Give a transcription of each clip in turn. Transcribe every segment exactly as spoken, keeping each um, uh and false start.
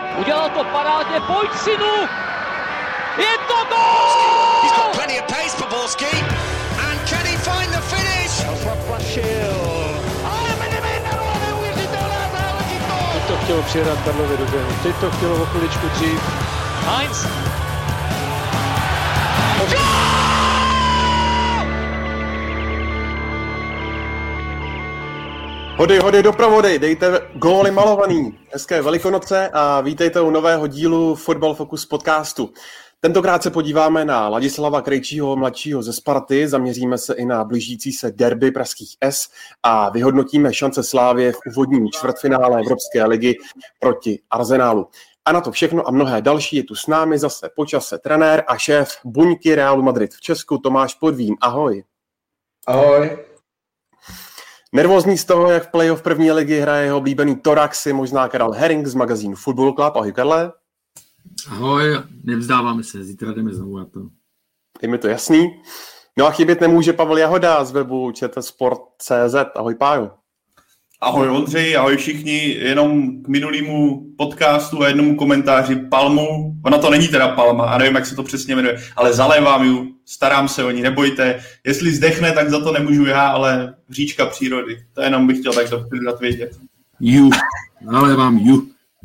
Udělal to parádně, pojď synu! Je to gól! He's got plenty of pace for Borski. And can he find the finish? Ale Benevenero, neuvěřitelná záležitost! Teď to chtělo přijedat Karlově do běhu, teď to chtělo o chviličku dřív. Heinz! Hody, hody, doprovody, dejte góly malovaný. Hezké Velikonoce a vítejte u nového dílu Fotbal Focus podcastu. Tentokrát se podíváme na Ladislava Krejčího mladšího ze Sparty, zaměříme se i na blížící se derby pražských S a vyhodnotíme šance Slávie v úvodním čtvrtfinále Evropské ligy proti Arsenálu. A na to všechno a mnohé další je tu s námi zase po čase trenér a šéf buňky Realu Madrid v Česku Tomáš Podvín. Ahoj. Ahoj. Nervózní z toho, jak v playoff první ligy hraje jeho oblíbený Torax, je možná Karel Herring z magazínu Football Club. Ahoj, Karle. Ahoj, nevzdáváme se, zítra jdeme znovu na to. Je mi to jasný. No a chybět nemůže Pavel Jahoda z webu čtsport tečka cé zet. Ahoj, Pájo. Ahoj, Ondřej, ahoj všichni. Jenom k minulýmu podcastu a jednomu komentáři Palmu. Ona to není teda Palma, a nevím, jak se to přesně jmenuje, ale zalévám ju, starám se o ní, nebojte. Jestli zdechne, tak za to nemůžu já, ale říčka přírody. To jenom bych chtěl tak dopředat vědět. Ju, zalévám ju.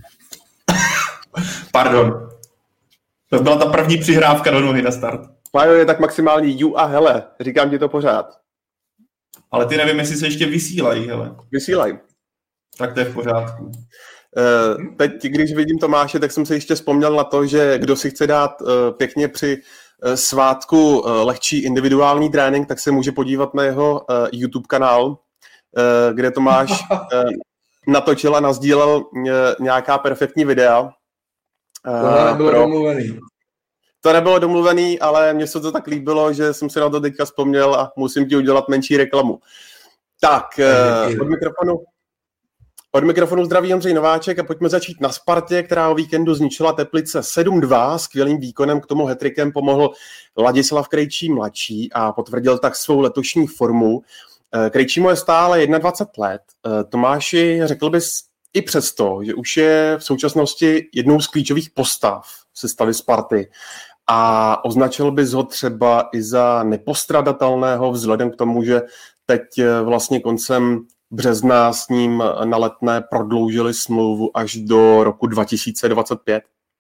Pardon. To byla ta první přihrávka do nohy na start. Pájo je tak maximální ju a hele, říkám ti to pořád. Ale ty nevím, jestli se ještě vysílají, hele. Vysílají. Tak to je v pořádku. Uh, teď, když vidím Tomáše, tak jsem se ještě vzpomněl na to, že kdo si chce dát uh, pěkně při uh, svátku uh, lehčí individuální trénink, tak se může podívat na jeho uh, YouTube kanál, uh, kde Tomáš uh, natočil a nasdílel uh, nějaká perfektní videa. Uh, to nebylo pro... domluvený. To nebylo domluvený, ale mně se to tak líbilo, že jsem si na to teďka vzpomněl a musím ti udělat menší reklamu. Tak, uh, od mikrofonu Od mikrofonu zdraví Ondřej Nováček a pojďme začít na Spartě, která o víkendu zničila Teplice sedm dva. Skvělým výkonem k tomu hat-trickem pomohl Ladislav Krejčí mladší a potvrdil tak svou letošní formu. Krejčímu je stále dvacet jedna let. Tomáši, řekl bys i přesto, že už je v současnosti jednou z klíčových postav sestavy Sparty a označil bys ho třeba i za nepostradatelného vzhledem k tomu, že teď vlastně koncem března s ním na Letné prodloužili smlouvu až do roku dva tisíce dvacet pět?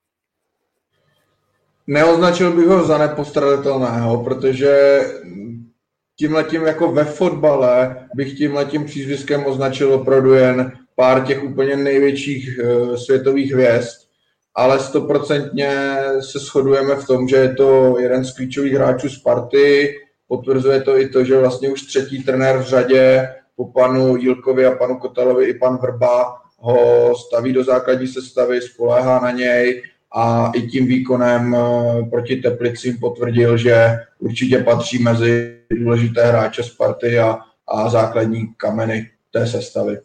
Neoznačil bych ho za nepostradatelného, protože tímhletím jako ve fotbale bych tímhletím přízviskem označil opravdu jen pár těch úplně největších uh, světových hvězd, ale stoprocentně se shodujeme v tom, že je to jeden z klíčových hráčů Sparty. Potvrzuje to i to, že vlastně už třetí trenér v řadě po panu Jílkovi a panu Kotalovi i pan Vrba ho staví do základní sestavy, spoléhá na něj a i tím výkonem proti Teplicím potvrdil, že určitě patří mezi důležité hráče Sparty a, a základní kameny té sestavy.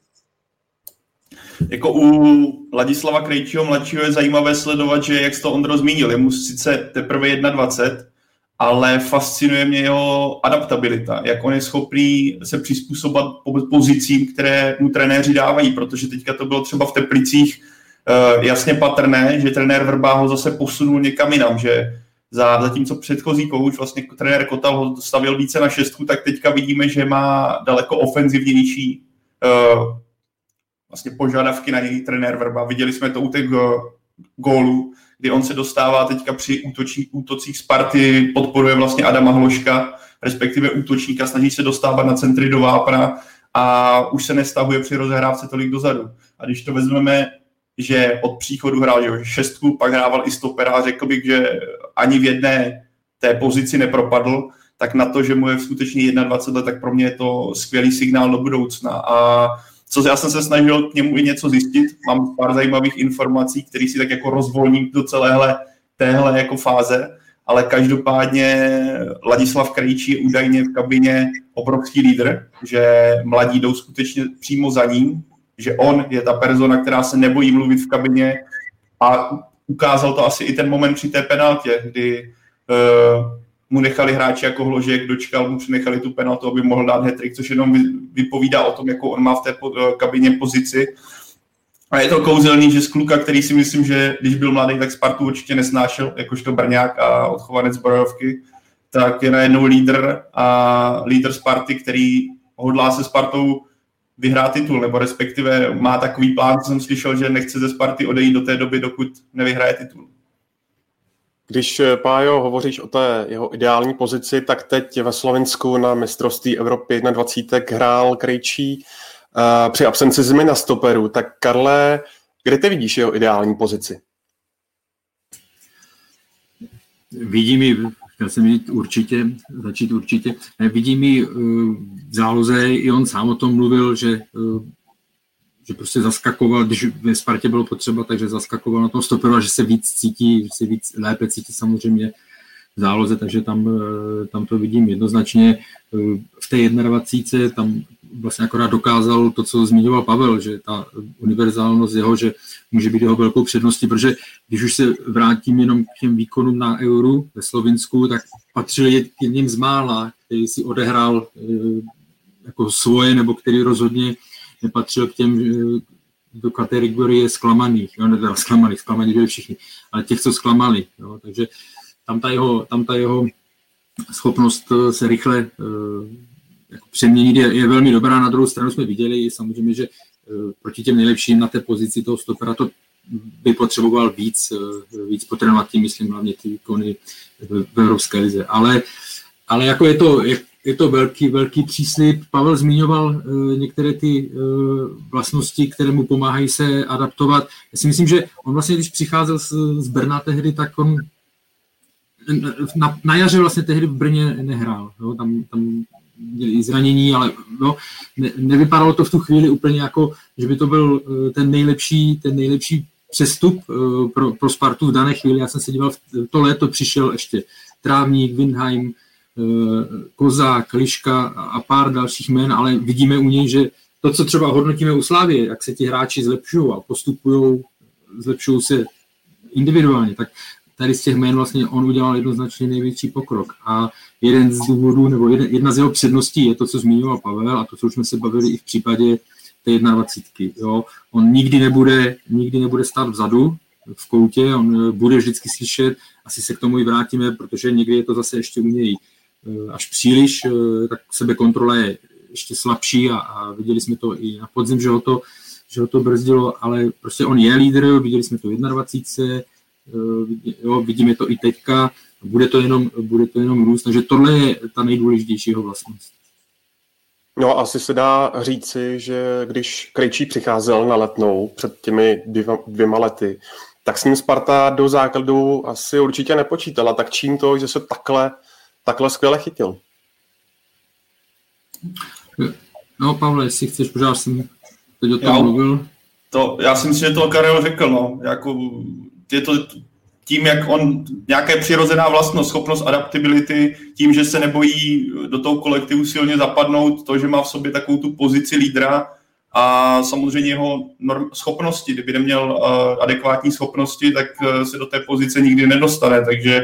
Jako u Ladislava Krejčího mladšího je zajímavé sledovat, že jak jsi to Ondro zmínil, je mu sice teprve dvacet jedna, ale fascinuje mě jeho adaptabilita, jak on je schopný se přizpůsobit pozicím, které mu trenéři dávají, protože teďka to bylo třeba v Teplicích uh, jasně patrné, že trenér Vrba ho zase posunul někam jinam, že za, zatímco předchozí kouč, vlastně trenér Kotal ho stavil více na šestku, tak teďka vidíme, že má daleko ofenzivnější uh, vlastně požadavky na něj trenér Vrba. Viděli jsme to u těch uh, gólů, kdy on se dostává teďka při útočí, útocích Sparty, podporuje vlastně Adama Hloška, respektive útočníka, snaží se dostávat na centry do vápna a už se nestahuje při rozehrávce tolik dozadu. A když to vezmeme, že od příchodu hrál že šestku, pak hrával i stopera a řekl bych, že ani v jedné té pozici nepropadl, tak na to, že mu je skutečně dvacet jedna let, tak pro mě je to skvělý signál do budoucna. A co já jsem se snažil k němu i něco zjistit, mám pár zajímavých informací, které si tak jako rozvolním do celéhle téhle jako fáze, ale každopádně Ladislav Krejčí je údajně v kabině obrovský lídr, že mladí jdou skutečně přímo za ním, že on je ta persona, která se nebojí mluvit v kabině a ukázal to asi i ten moment při té penaltě, kdy uh, mu nechali hráči jako Hložek, dočkal, mu přinechali tu penaltu, aby mohl dát hat-trick, což jenom vypovídá o tom, jakou on má v té kabině pozici. A je to kouzelný, že z kluka, který si myslím, že když byl mladý, tak Spartu určitě nesnášel, jakožto Brňák a odchovanec Zbrojovky, tak je najednou lídr a lídr Sparty, který hodlá se Spartou vyhrát titul, nebo respektive má takový plán, co jsem slyšel, že nechce ze Sparty odejít do té doby, dokud nevyhraje titul. Když, Pájo, hovoříš o té jeho ideální pozici, tak teď ve Slovinsku na mistrovství Evropy dvacet jedna hrál Krejčí uh, při absenci Zimy na stoperu. Tak Karle, kde ty vidíš jeho ideální pozici? Vidím ji, chtěl jsem vidět určitě, začít určitě. Vidím ji v záloze, i on sám o tom mluvil, že, že prostě zaskakoval, když ve Spartě bylo potřeba, takže zaskakoval na tom stoperu a že se víc cítí, že se víc lépe cítí samozřejmě v záloze, takže tam, tam to vidím jednoznačně. V té jednadvacítce tam vlastně akorát dokázal to, co zmiňoval Pavel, že ta univerzálnost jeho, že může být jeho velkou předností, protože když už se vrátím jenom k těm výkonům na Euru ve Slovinsku, tak patřil jedním z mála, který si odehrál jako svoje, nebo který rozhodně nepatřil k těm do kategorie zklamaných, jo, ne, zklamaných, zklamaných byli všichni, ale těch, co zklamali, jo, takže tam ta jeho, tam ta jeho schopnost se rychle jako přeměnit je, je velmi dobrá. Na druhou stranu jsme viděli samozřejmě, že proti těm nejlepším na té pozici toho stopera to by potřeboval víc, víc potrénovat, tím myslím hlavně ty výkony v Evropské lize. Ale, ale jako je to, je, je to velký, velký příslib. Pavel zmiňoval některé ty vlastnosti, které mu pomáhají se adaptovat. Já si myslím, že on vlastně, když přicházel z, z Brna tehdy, tak on na, na jaře vlastně tehdy v Brně nehrál. Jo? Tam, tam měli zranění, ale no, ne, nevypadalo to v tu chvíli úplně jako, že by to byl ten nejlepší, ten nejlepší přestup pro, pro Spartu v dané chvíli. Já jsem se díval, v to léto přišel ještě Trávník, Windheim, Kozák, Liška a pár dalších jmen, ale vidíme u něj, že to, co třeba hodnotíme u Slavie, jak se ti hráči zlepšují a postupují, zlepšují se individuálně, tak tady z těch jmén vlastně on udělal jednoznačně největší pokrok. A jeden z důvodů, nebo jedna z jeho předností je to, co zmiňoval Pavel, a to, co už jsme se bavili i v případě té jednadvacítky. Jo. On nikdy nebude, nikdy nebude stát vzadu v koutě, on bude vždycky slyšet, asi se k tomu i vrátíme, protože někdy je to zase ještě u něj až příliš, tak sebekontrola je ještě slabší a, a viděli jsme to i na podzim, že ho to, že ho to brzdilo, ale prostě on je lídr, viděli jsme to v jednadvacítce, jo, vidíme to i teďka, bude to jenom, bude to jenom růst, takže tohle je ta nejdůležitější jeho vlastnost. No asi se dá říci, že když Krejčí přicházel na Letnou před těmi dvěma, dvěma lety, tak s ním Sparta do základu asi určitě nepočítala. Tak čím to, že se takhle, takhle skvěle chytil? No Pavle, jestli chceš, pořád jsem teď o tom mluvil. To, já si myslím, že to Karel řekl, no, jako je to tím, jak on, nějaká přirozená vlastnost, schopnost adaptability, tím, že se nebojí do toho kolektivu silně zapadnout, to, že má v sobě takovou tu pozici lídra a samozřejmě jeho norm, schopnosti, kdyby neměl uh, adekvátní schopnosti, tak uh, se do té pozice nikdy nedostane, takže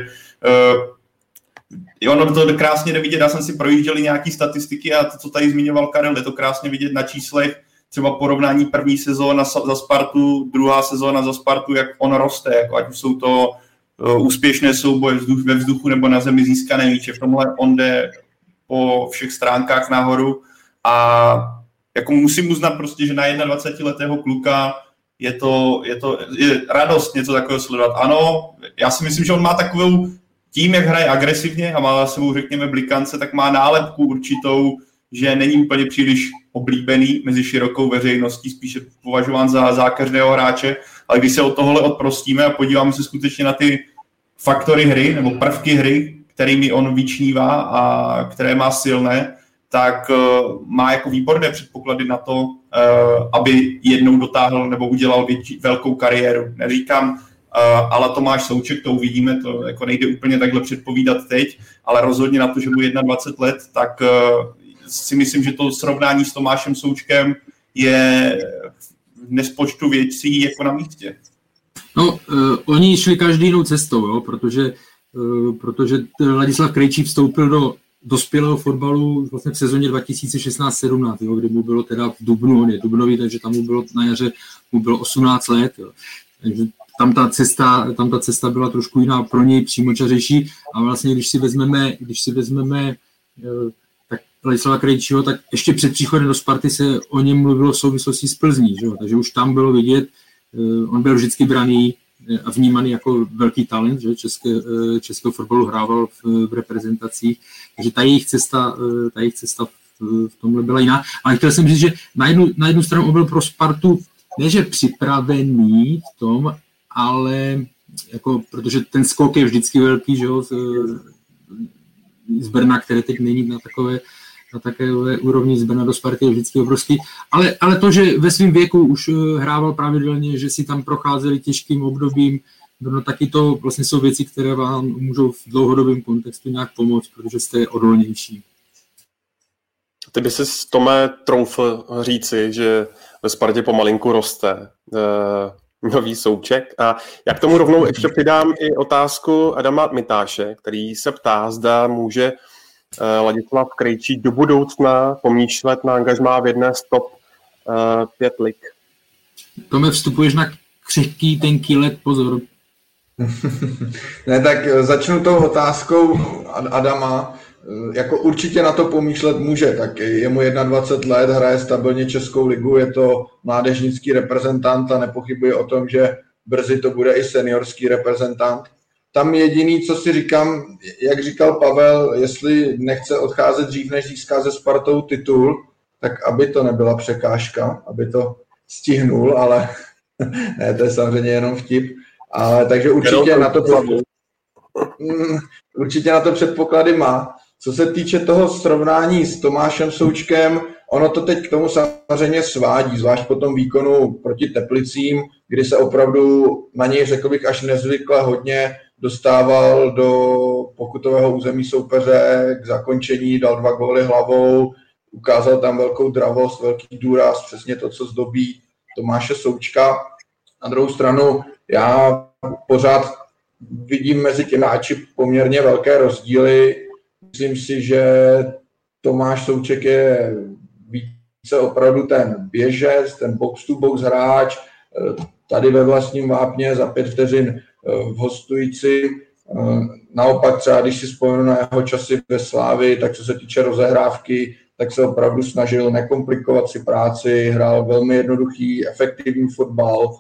uh, ono to krásně jde vidět, já jsem si projížděl nějaký statistiky a to, co tady zmiňoval Karel, je to krásně vidět na číslech, třeba porovnání první sezóna za Spartu, druhá sezóna za Spartu, jak on roste, jako ať už jsou to uh, úspěšné souboje vzduch, ve vzduchu nebo na zemi získané míče. V tomhle on jde po všech stránkách nahoru a jako musím uznat prostě, že na dvacetiletého kluka je to, je to je radost něco takového sledovat. Ano, já si myslím, že on má takovou, tím, jak hraje agresivně a má za sebou, řekněme, blikance, tak má nálepku určitou, že není úplně příliš oblíbený mezi širokou veřejností, spíše považován za zákeřného hráče, ale když se od tohohle odprostíme a podíváme se skutečně na ty faktory hry nebo prvky hry, kterými on vyčnívá a které má silné, tak uh, má jako výborné předpoklady na to, uh, aby jednou dotáhl nebo udělal větší, velkou kariéru. Neříkám, uh, ale Tomáš Souček, to uvidíme, to jako nejde úplně takhle předpovídat teď, ale rozhodně na to, že bude dvacet jedna let, tak uh, si myslím, že to srovnání s Tomášem Součkem je v nespočtu věcí jako na místě. No, uh, oni šli každý jinou cestou, jo, protože, uh, protože Ladislav Krejčí vstoupil do dospělého fotbalu vlastně v sezóně dva tisíce šestnáct sedmnáct, jo, kdy mu bylo teda v dubnu, on je dubnový, takže tam mu bylo na jaře mu bylo osmnáct let. Jo. Takže tam ta cesta, tam ta cesta byla trošku jiná pro něj, přímočařejší a vlastně když si vezmeme, když si vezmeme tak Ladislava Krejčího, tak ještě před příchodem do Sparty se o něm mluvilo v souvislosti s Plzní, že? Takže už tam bylo vidět, on byl vždycky braný a vnímaný jako velký talent, že? České, českého fotbalu hrával v, v reprezentacích, takže ta jejich cesta, ta jejich cesta v, v tomhle byla jiná. Ale chtěl jsem říct, že na jednu, na jednu stranu on byl pro Spartu ne, že připravený v tom, ale jako, protože ten skok je vždycky velký, že jo, z, z Brna, které teď není na takové, na takové úrovni, z Brna do Sparty je vždycky obrovský, ale, ale to, že ve svém věku už hrával pravidelně, že si tam procházeli těžkým obdobím, no taky to vlastně jsou věci, které vám můžou v dlouhodobém kontextu nějak pomoct, protože jste odolnější. Ty by si s Tome troufl říci, že ve Spartě pomalinku roste uh, nový Souček. A já k tomu rovnou ještě přidám i otázku Adama Mitáše, který se ptá, zda může uh, Ladislav Krejčí do budoucna pomýšlet na angažmá v jedné z top uh, pět lig. Tome, vstupuješ na křehký, tenký led, pozor. Ne, tak začnu tou otázkou Adama. Jako určitě na to pomýšlet může, tak je mu dvacet jedna let, hraje stabilně Českou ligu, je to mládežnický reprezentant a nepochybuje o tom, že brzy to bude i seniorský reprezentant. Tam jediný, co si říkám, jak říkal Pavel, jestli nechce odcházet dřív, než získá ze Spartou titul, tak aby to nebyla překážka, aby to stihnul, ale ne, to je samozřejmě jenom vtip. Ale, takže určitě na to, určitě na to předpoklady má. Co se týče toho srovnání s Tomášem Součkem, ono to teď k tomu samozřejmě svádí, zvlášť po tom výkonu proti Teplicím, kdy se opravdu na něj, řekl bych, až nezvykle hodně dostával do pokutového území soupeře k zakončení, dal dva góly hlavou, ukázal tam velkou dravost, velký důraz, přesně to, co zdobí Tomáše Součka. Na druhou stranu já pořád vidím mezi těmi hráči poměrně velké rozdíly. Myslím si, že Tomáš Souček je více opravdu ten běžec, ten box-to-box hráč, tady ve vlastním vápně za pět vteřin v hostující. Naopak třeba, když si vzpomenu na jeho časy ve Slávii, tak co se týče rozehrávky, tak se opravdu snažil nekomplikovat si práci, hrál velmi jednoduchý, efektivní fotbal.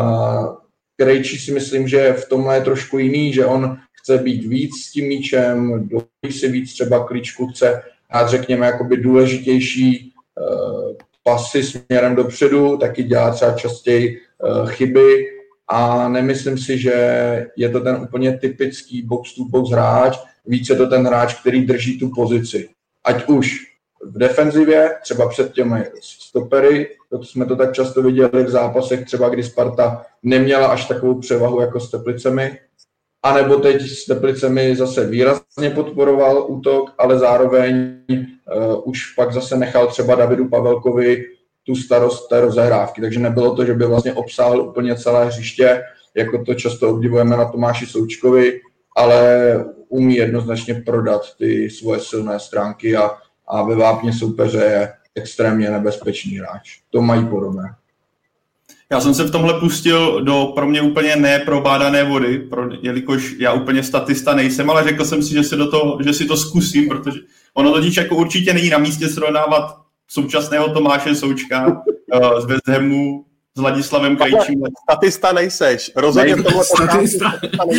Krejčí si myslím, že v tomhle je trošku jiný, že on chce být víc s tím míčem, dovolí si víc třeba klíčku, chce hrát, řekněme, jakoby důležitější uh, pasy směrem dopředu, taky dělá třeba častěji uh, chyby a nemyslím si, že je to ten úplně typický box-to-box hráč, víc je to ten hráč, který drží tu pozici. Ať už v defenzivě, třeba před těmi stopery, to jsme to tak často viděli v zápasech, třeba kdy Sparta neměla až takovou převahu jako s Teplicemi, anebo teď s Teplicemi zase výrazně podporoval útok, ale zároveň uh, už pak zase nechal třeba Davidu Pavelkovi tu starost té rozehrávky. Takže nebylo to, že by vlastně obsáhl úplně celé hřiště, jako to často obdivujeme na Tomáši Součkovi, ale umí jednoznačně prodat ty svoje silné stránky a, a ve vápně soupeře je extrémně nebezpečný hráč. To mají podobné. Já jsem se v tomhle pustil do pro mě úplně neprobádané vody, pro, jelikož já úplně statista nejsem, ale řekl jsem si, že si, do toho, že si to zkusím, protože ono totiž jako určitě není na místě srovnávat současného Tomáše Součka uh, z West Hamu s Ladislavem Krejčím. Statista nejseš. Rozhodně v tomhle statista.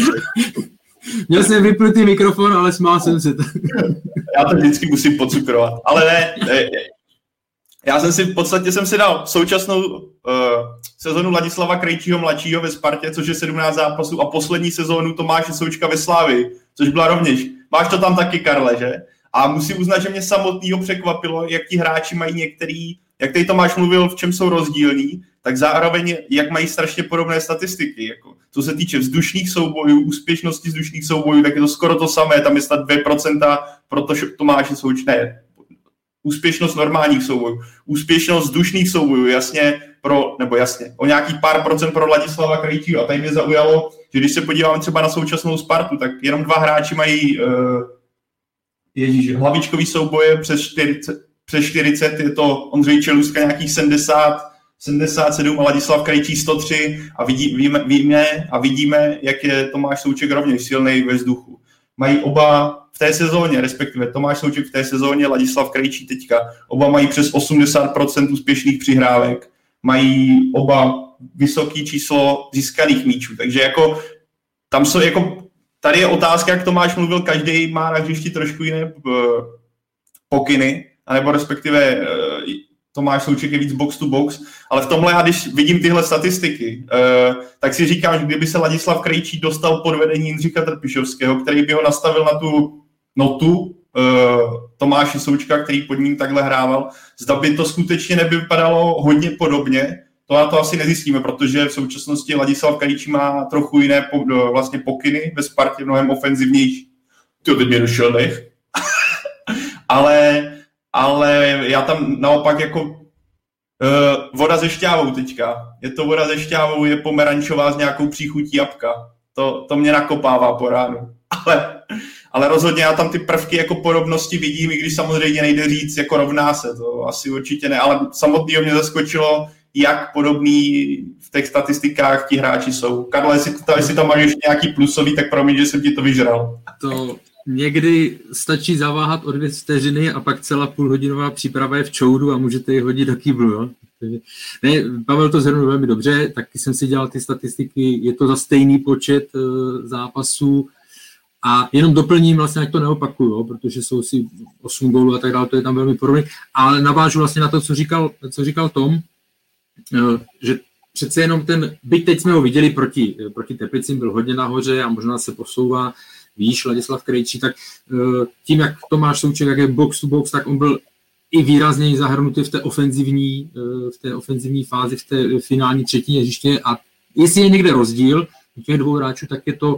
Měl jsem vyplutý mikrofon, ale smál jsem se. Já to vždycky musím podcukrovat. Ale ne, ne, já jsem si v podstatě jsem si dal současnou uh, sezonu Ladislava Krejčího mladšího ve Spartě, což je sedmnáct zápasů, a poslední sezónu Tomáše Součka ve Slávii, což byla rovněž. Máš to tam taky, Karle, že? A musím uznat, že mě samotného překvapilo, jak ti hráči mají některý, jak tady Tomáš mluvil, v čem jsou rozdílní, tak zároveň, jak mají strašně podobné statistiky. Jako, co se týče vzdušných soubojů, úspěšnosti vzdušných soubojů, tak je to skoro to samé, tam je snad dvě procenta pro to Tomáše Součka. Ne, úspěšnost normálních soubojů, úspěšnost vzdušných soubojů, jasně pro, nebo jasně, o nějaký pár procent pro Ladislava Krejčího. A tady mě zaujalo, že když se podíváme třeba na současnou Spartu, tak jenom dva hráči mají uh, ježíš, hlavičkový souboje přes čtyřicet, přes čtyřicet, je to Ondřej Čelustka nějakých sedmdesát, sedmdesát sedm a Ladislav Krejčí sto tři a vidí, víme, víme a vidíme, jak je Tomáš Souček rovněž silný ve vzduchu. Mají oba v té sezóně, respektive Tomáš Souček v té sezóně, Ladislav Krejčí teďka, oba mají přes osmdesát procent úspěšných přihrávek, mají oba vysoké číslo získaných míčů, takže jako tam jsou jako, tady je otázka, jak Tomáš mluvil, každý má na hřišti trošku jiné pokyny, anebo respektive Tomáš Souček je víc box to box, ale v tomhle já, když vidím tyhle statistiky, tak si říkám, že kdyby se Ladislav Krejčí dostal pod vedení Jindřicha Trpišovského, který by ho nastavil na tu notu Tomáše Součka, který pod ním takhle hrával, zda by to skutečně nevypadalo hodně podobně. To na to asi nezjistíme, protože v současnosti Ladislav Krejčí má trochu jiné vlastně pokyny, ve Spartě mnohem ofenzivnější. Ty teď mě došel dech. ale, ale já tam naopak jako uh, voda ze šťávou teďka. Je to voda ze šťávou, je pomerančová s nějakou příchutí jabka. To, to mě nakopává po ránu. Ale, ale rozhodně já tam ty prvky jako podobnosti vidím, i když samozřejmě nejde říct jako rovná se. To asi určitě ne, ale samotného mě zaskočilo, jak podobný v těch statistikách ti hráči jsou. Karle, jestli, jestli tam máš ještě nějaký plusový, tak promiň, že jsem ti to vyžral. To někdy stačí zaváhat o dvě vteřiny a pak celá půlhodinová příprava je v čoudu a můžete ji hodit do kýblu. Jo? Ne, Pavel to zhrnul velmi dobře, taky jsem si dělal ty statistiky, je to za stejný počet uh, zápasů a jenom doplním, vlastně ať to neopakuju, jo, protože jsou si osm gólů a tak dále, to je tam velmi podobné, ale navážu vlastně na to, co říkal, co říkal Tom, že přece jenom ten, byť teď jsme ho viděli proti, proti Teplicím, byl hodně nahoře a možná se posouvá výš Ladislav Krejčí, tak tím, jak Tomáš Souček, jak je box to box, tak on byl i výrazněji zahrnutý v té ofenzivní, v té ofenzivní fázi, v té finální třetině hřiště a jestli je někde rozdíl u těch dvou hráčů, tak je to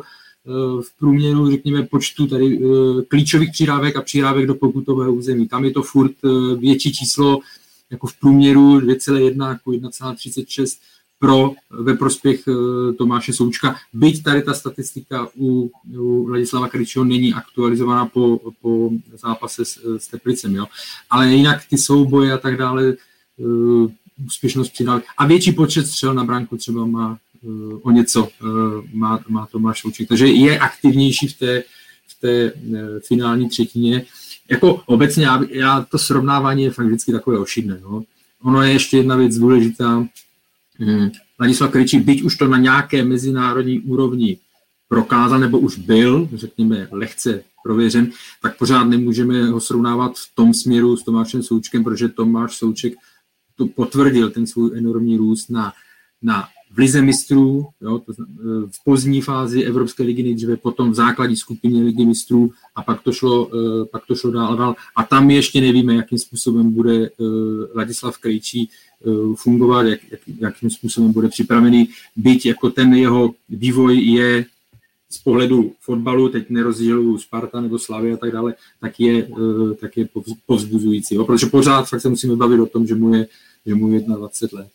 v průměru, řekněme, počtu tady klíčových přirávek a přirávek do pokutového území. Tam je to furt větší číslo, jako v průměru dvě celá jedna jako jedna celá třicet šest pro ve prospěch Tomáše Součka. Byť tady ta statistika u, u Ladislava Krejčího není aktualizovaná po, po zápase s, s Teplicem, jo. Ale jinak ty souboje a tak dále, uh, úspěšnost přidávek. A větší počet střel na branku třeba má uh, o něco, uh, má, má Tomáš Souček. Takže je aktivnější v té, v té uh, finální třetině. Jako obecně, já, já to srovnávání je fakt vždycky takové ošidné. No. Ono je ještě jedna věc důležitá. Hmm. Ladislav Krejčí, byť už to na nějaké mezinárodní úrovni prokázal, nebo už byl, řekněme, lehce prověřen, tak pořád nemůžeme ho srovnávat v tom směru s Tomášem Součkem, protože Tomáš Souček to potvrdil ten svůj enormní růst na, na v lize mistrů, jo, to, v pozdní fázi Evropské ligy nejdříve, potom v základní skupině ligy mistrů a pak to šlo, pak to šlo dál a dál. A tam ještě nevíme, jakým způsobem bude Ladislav Krejčí fungovat, jak, jak, jakým způsobem bude připravený, byť jako ten jeho vývoj je z pohledu fotbalu, teď nerozděluju Sparta nebo Slavia a tak dále, tak je, tak je povzbuzující. Jo? Protože pořád fakt se musíme bavit o tom, že mu je, že mu je dvacet jedna let.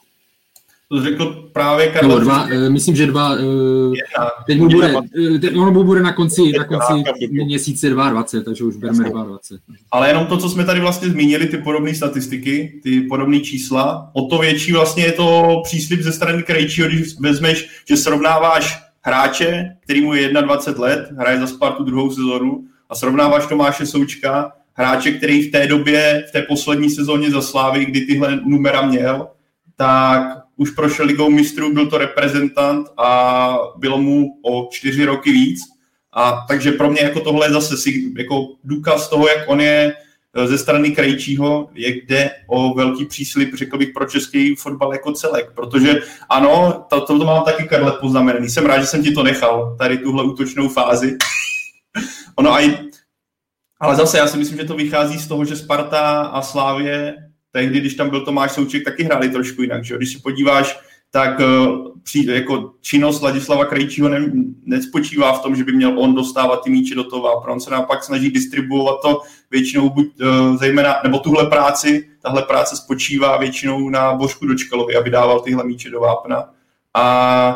To řekl právě Karel. No, dva, myslím, že dva, teď mu bude, teď ono mu bude na konci, na konci měsíce dvacet dva, takže už bereme dvacet dva. Ale jenom to, co jsme tady vlastně zmínili, ty podobné statistiky, ty podobné čísla, o to větší vlastně je to příslib ze strany Krejčího, když vezmeš, že srovnáváš hráče, který mu je dvacet jedna let, hraje za Spartu druhou sezonu, a srovnáváš Tomáše Součka, hráče, který v té době, v té poslední sezóně za Slávy, kdy tyhle numera měl, tak už prošel ligou mistrů, byl to reprezentant a bylo mu o čtyři roky víc. A takže pro mě jako tohle je zase jako důkaz toho, jak on je ze strany Krejčího, jak jde o velký příslib, řekl bych, pro český fotbal jako celek. Protože ano, to, to, to mám taky, Karle, poznamenaný. Jsem rád, že jsem ti to nechal, tady tuhle útočnou fázi. ono aj, ale zase já si myslím, že to vychází z toho, že Sparta a Slávie tehdy, když tam byl Tomáš Souček, taky hráli trošku jinak. Že? Když si podíváš, tak uh, jako činnost Ladislava Krejčího ne, nespočívá v tom, že by měl on dostávat ty míče do toho vápna. On se naopak snaží distribuovat to většinou buď uh, zejména, nebo tuhle práci, tahle práce spočívá většinou na Božku Dočkalovi, aby dával tyhle míče do vápna. A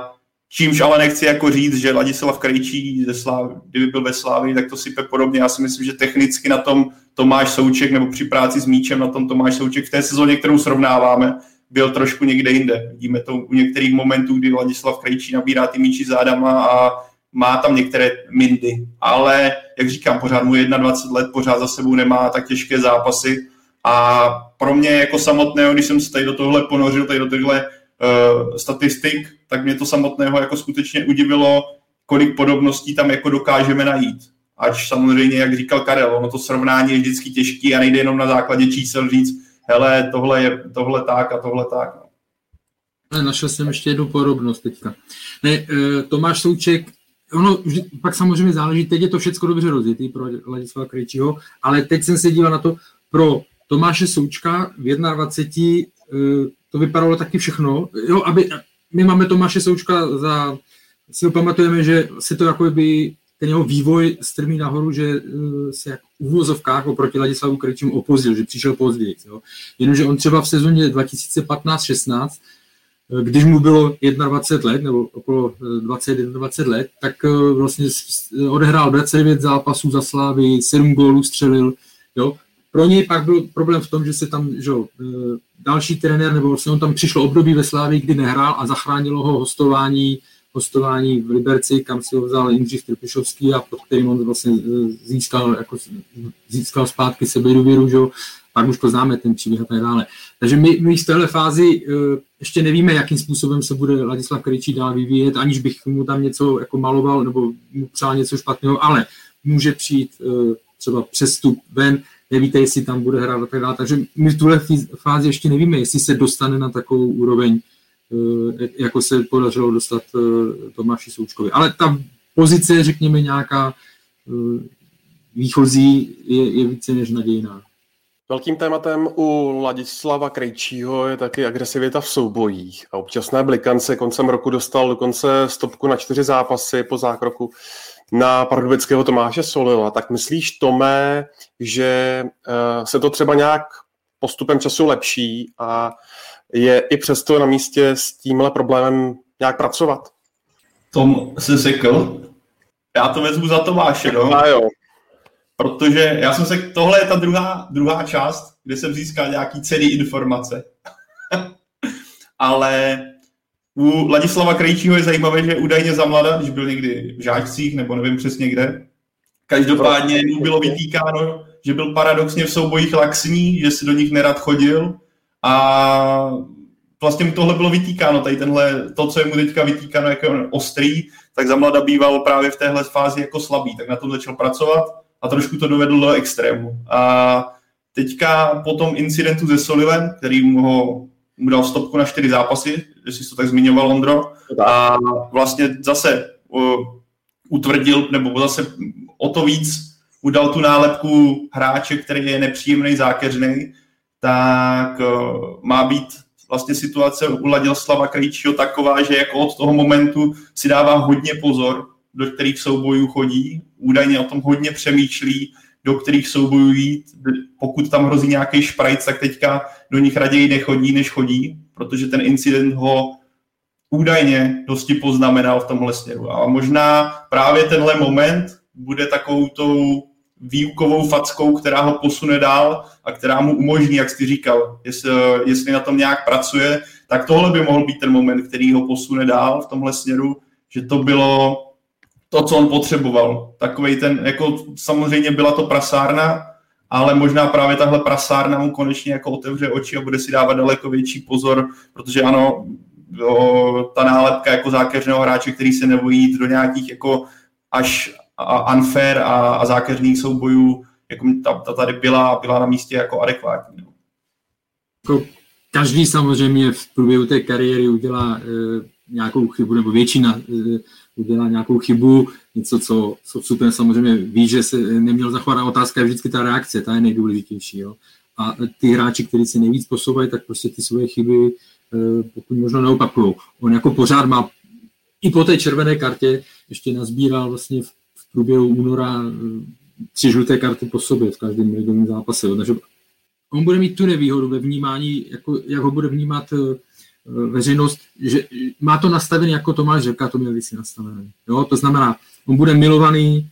Čímž ale nechci jako říct, že Ladislav Krejčí, ze Slávy, kdyby byl ve Slávii, tak to sype podobně. Já si myslím, že technicky na tom Tomáš Souček, nebo při práci s míčem na tom Tomáš Souček v té sezóně, kterou srovnáváme, byl trošku někde jinde. Vidíme to u některých momentů, kdy Ladislav Krejčí nabírá ty míči zádama a má tam některé mindy. Ale, jak říkám, pořád mu je dvacet jedna let, pořád za sebou nemá tak těžké zápasy. A pro mě jako samotného, když jsem se tady do tohle ponořil, tady do těchto Uh, statistik, tak mě to samotného jako skutečně udivilo, kolik podobností tam jako dokážeme najít. Až samozřejmě, jak říkal Karel, ono to srovnání je vždycky těžký a nejde jenom na základě čísel říct, hele, tohle je tohle tak a tohle tak. Ale našel jsem ještě jednu podobnost teďka. Ne, Tomáš Souček, ono vždy, pak samozřejmě záleží, teď je to všecko dobře rozjetý pro Ladislava Krejčího, ale teď jsem se díval na to, pro Tomáše Součka v dvacet jedna to vypadalo taky všechno. Jo, aby, my máme Tomáše Součka za, si ho pamatujeme, že se to jako by ten jeho vývoj strmí nahoru, že se jak v uvozovkách oproti Ladislavu Krejčímu opozil, že přišel později. Jo. Jenomže on třeba v sezóně dva tisíce patnáct šestnáct, když mu bylo dvacet jedna let, nebo okolo dvacet jedna dvacet let, tak vlastně odehrál dvacet devět zápasů za Slávy, sedm gólů střelil, jo. Pro něj pak byl problém v tom, že se tam, že další trenér, nebo vlastně on tam přišlo období ve Slávii, kdy nehrál a zachránilo ho hostování, hostování v Liberci, kam si ho vzal Jindřich Trpišovský a pod kterým on vlastně získal, jako, získal zpátky sebedůvěru, že pak už to známe, ten příběh a tak dále. Takže my, my v téhle fázi ještě nevíme, jakým způsobem se bude Ladislav Krejčí dál vyvíjet, aniž bych mu tam něco jako maloval nebo mu přál něco špatného, ale může přijít třeba přestup ven, nevíte, jestli tam bude hrát a tak dále. Takže my v tuhle fázi ještě nevíme, jestli se dostane na takovou úroveň, jako se podařilo dostat Tomáši Součkovi. Ale ta pozice, řekněme, nějaká výchozí je, je více než nadějná. Velkým tématem u Ladislava Krejčího je taky agresivita v soubojích a občasné blikance. Koncem roku dostal dokonce stopku na čtyři zápasy po zákroku na pardubického Tomáše Solila. Tak myslíš, Tome, že uh, se to třeba nějak postupem času lepší a je i přesto na místě s tímhle problémem nějak pracovat? Tom se sekl. Já to vezmu za Tomáše, no. A jo. Protože já jsem se, tohle je ta druhá, druhá část, kde jsem získal nějaký cenný informace. Ale u Ladislava Krejčího je zajímavé, že údajně za mlada, když byl někdy v Žáčcích, nebo nevím přesně kde, každopádně mu bylo vytýkáno, že byl paradoxně v soubojích laxní, že si do nich nerad chodil a vlastně mu tohle bylo vytýkáno, tady tenhle, to, co je mu teďka vytýkáno jako ostrý, tak za mlada býval právě v téhle fázi jako slabý, tak na tom začal pracovat a trošku to dovedl do extrému. A teďka po tom incidentu se Solivem, který mu ho mu dal stopku na čtyři zápasy, že jsi to tak zmiňoval, Ondro, a vlastně zase uh, utvrdil, nebo zase o to víc udal tu nálepku hráče, který je nepříjemný, zákeřný, tak uh, má být vlastně situace u Ladislava Krejčího taková, že jako od toho momentu si dává hodně pozor, do kterých soubojů chodí, údajně o tom hodně přemýšlí, do kterých soubojů jít, pokud tam hrozí nějaký šprajc, tak teďka do nich raději nechodí, než chodí, protože ten incident ho údajně dosti poznamenal v tomhle směru. A možná právě tenhle moment bude takovou tou výukovou fackou, která ho posune dál a která mu umožní, jak jsi říkal, jestli, jestli na tom nějak pracuje, tak tohle by mohl být ten moment, který ho posune dál v tomhle směru, že to bylo to, co on potřeboval. Takovej ten, jako samozřejmě byla to prasárna, ale možná právě tahle prasárna mu konečně jako otevře oči a bude si dávat daleko větší pozor, protože ano, jo, ta nálepka jako zákeřného hráče, který se nebojí jít do nějakých jako až unfair a, a zákeřných soubojů, jako ta, ta tady byla, byla na místě jako adekvátní. No. Jako každý samozřejmě v průběhu té kariéry udělá e, nějakou chybu, nebo většina e, udělá nějakou chybu, něco, co s odstupem samozřejmě ví, že se neměl zachovat. A otázka je vždycky ta reakce, ta je nejdůležitější. Jo? A ty hráči, kteří se nejvíc posouvají, tak prostě ty svoje chyby e, pokud možno neopakujou. On jako pořád má i po té červené kartě ještě nazbíral vlastně v, v průběhu února e, tři žluté karty po sobě v každém ligovém zápase. Takže on bude mít tu nevýhodu ve vnímání, jako, jak ho bude vnímat veřejnost, že má to nastavené, jako Tomáš řekl, to měl kdysi nastavené. Jo? To znamená, on bude milovaný,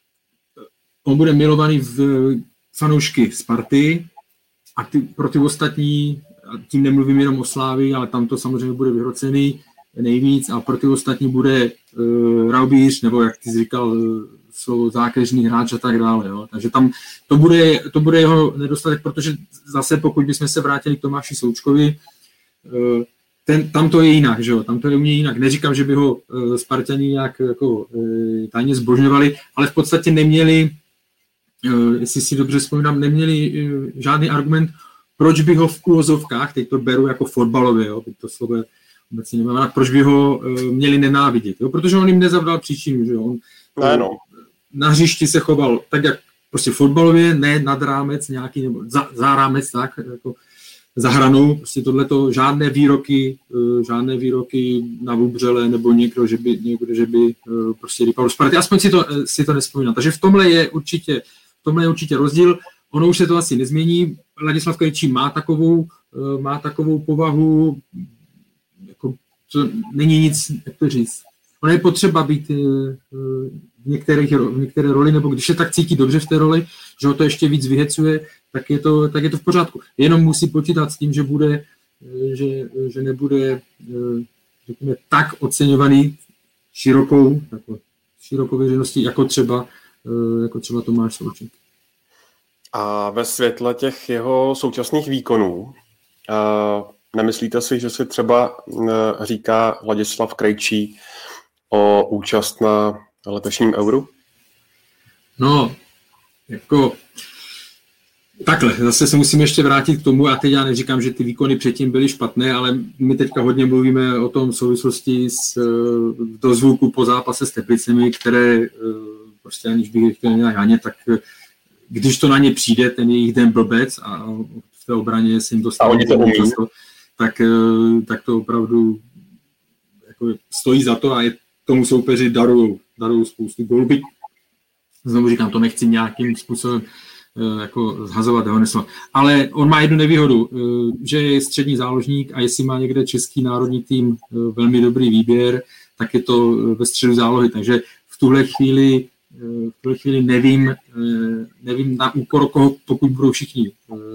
on bude milovaný v fanoušky Sparty a ty, pro ty ostatní, a tím nemluvím jenom o Slávii, ale tam to samozřejmě bude vyhrocený nejvíc a pro ty ostatní bude uh, Raubíř, nebo jak ty jsi říkal, uh, slovo zákeřný hráč a tak dále. Jo? Takže tam to bude, to bude jeho nedostatek, protože zase pokud bychom se vrátili k Tomáši Součkovi, uh, ten, tam to je jinak, že jo? Tam to je u mě jinak. Neříkám, že by ho uh, Spartani nějak jako, uh, tajně zbožňovali, ale v podstatě neměli, uh, jestli si dobře vzpomínám, neměli uh, žádný argument, proč by ho v úvozovkách, teď to beru jako fotbalově, jo? Teď to slovo obecně nemám, proč by ho uh, měli nenávidět, jo? Protože on jim nezavdal příčinu, že jo? On, ne, no. Na hřišti se choval tak, jak prostě fotbalově, ne nad rámec nějaký, nebo za, za rámec, tak, jako za hranou, prostě tohleto, žádné výroky, žádné výroky na Vubřele, nebo někdo, že by, někdo, že by prostě rýpal Sparty, aspoň si to, si to nespomínám. Takže v tomhle je určitě, v tomhle je určitě rozdíl, ono už se to asi nezmění, Ladislav Krejčí má takovou, má takovou povahu, jako, to není nic, jak to říct. Ono je potřeba být v, některých, v některé roli, nebo když se tak cítí dobře v té roli, že ho to ještě víc vyhecuje, tak je to, tak je to v pořádku. Jenom musí počítat s tím, že bude, že, že nebude, řekněme, tak oceňovaný širokou, jako širokou veřejností, jako třeba, jako třeba Tomáš Souček. A ve světle těch jeho současných výkonů, nemyslíte si, že si třeba říká Ladislav Krejčí o účast na letošním Euru? No, jako takhle, zase se musíme ještě vrátit k tomu, a teď já neříkám, že ty výkony předtím byly špatné, ale my teďka hodně mluvíme o tom v souvislosti s dozvuku po zápase s Teplicemi, které prostě aniž bych chtěl nějak hanět, tak když to na ně přijde, ten jejich den blbec a v té obraně se jim dostalo, to tak, tak to opravdu jako stojí za to a je tomu soupeři darujou, darujou spoustu gólů. Byť, znovu říkám, to nechci nějakým způsobem jako zhazovat dehoneslo. Ale on má jednu nevýhodu, že je střední záložník a jestli má někde český národní tým velmi dobrý výběr, tak je to ve středu zálohy. Takže v tuhle chvíli, v tuhle chvíli nevím, nevím na úkor koho, pokud budou všichni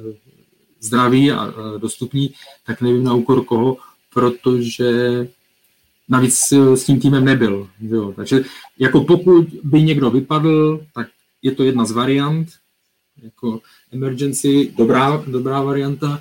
zdraví a dostupní, tak nevím na úkor koho, protože navíc s tím týmem nebyl. Jo. Takže jako pokud by někdo vypadl, tak je to jedna z variant, jako emergency, dobrá, dobrá varianta,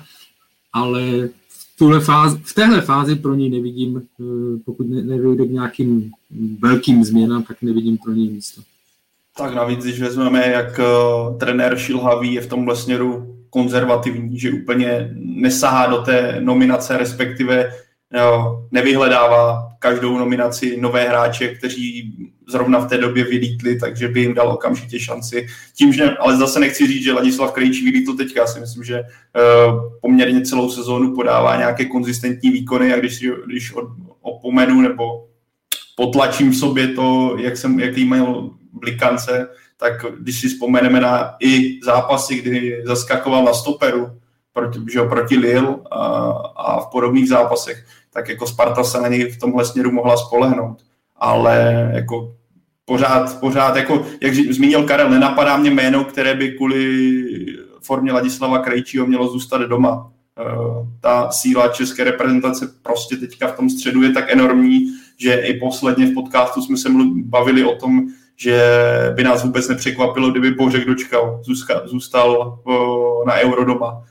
ale v, tuhle fázi, v téhle fázi pro něj nevidím, pokud ne, nedojde k nějakým velkým změnám, tak nevidím pro něj místo. Tak navíc, když vezmeme, jak uh, trenér Šilhavý je v tomhle směru konzervativní, že úplně nesahá do té nominace, respektive jo, nevyhledává každou nominaci nové hráče, kteří zrovna v té době vylítli, takže by jim dal okamžitě šanci. Tím, že, ale zase nechci říct, že Ladislav Krejčí vylítl teďka. Já si myslím, že uh, poměrně celou sezónu podává nějaké konzistentní výkony a když, když opomenu nebo potlačím v sobě to, jak jsem, jaký měl blikance, tak když si vzpomeneme na i zápasy, kdy zaskakoval na stoperu proti, že jo, proti Lille a, a v podobných zápasech, tak jako Sparta se na něj v tomhle směru mohla spolehnout. Ale jako pořád, pořád, jako jak zmínil Karel, nenapadá mě jméno, které by kvůli formě Ladislava Krejčího mělo zůstat doma. Ta síla české reprezentace prostě teďka v tom středu je tak enormní, že i posledně v podcastu jsme se bavili o tom, že by nás vůbec nepřekvapilo, kdyby Bořek Dočkal zůstal na Euro doma.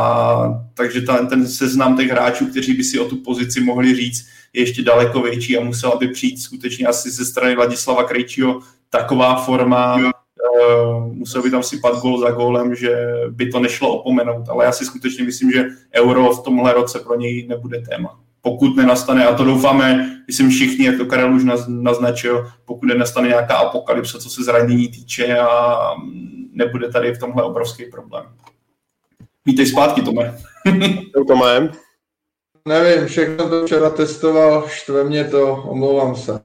A takže ta, ten seznam těch hráčů, kteří by si o tu pozici mohli říct, je ještě daleko větší a musela by přijít skutečně asi ze strany Ladislava Krejčího taková forma, uh, musel by tam sypat gól za gólem, že by to nešlo opomenout. Ale já si skutečně myslím, že Euro v tomhle roce pro něj nebude téma. Pokud nenastane, a to doufáme, myslím všichni, jak to Karel už naznačil, pokud nenastane nějaká apokalypsa, co se zranění týče a nebude tady v tomhle obrovský problém. Vítej zpátky, Tome. Tome. Nevím, všechno to včera testoval, štve mě to, omlouvám se.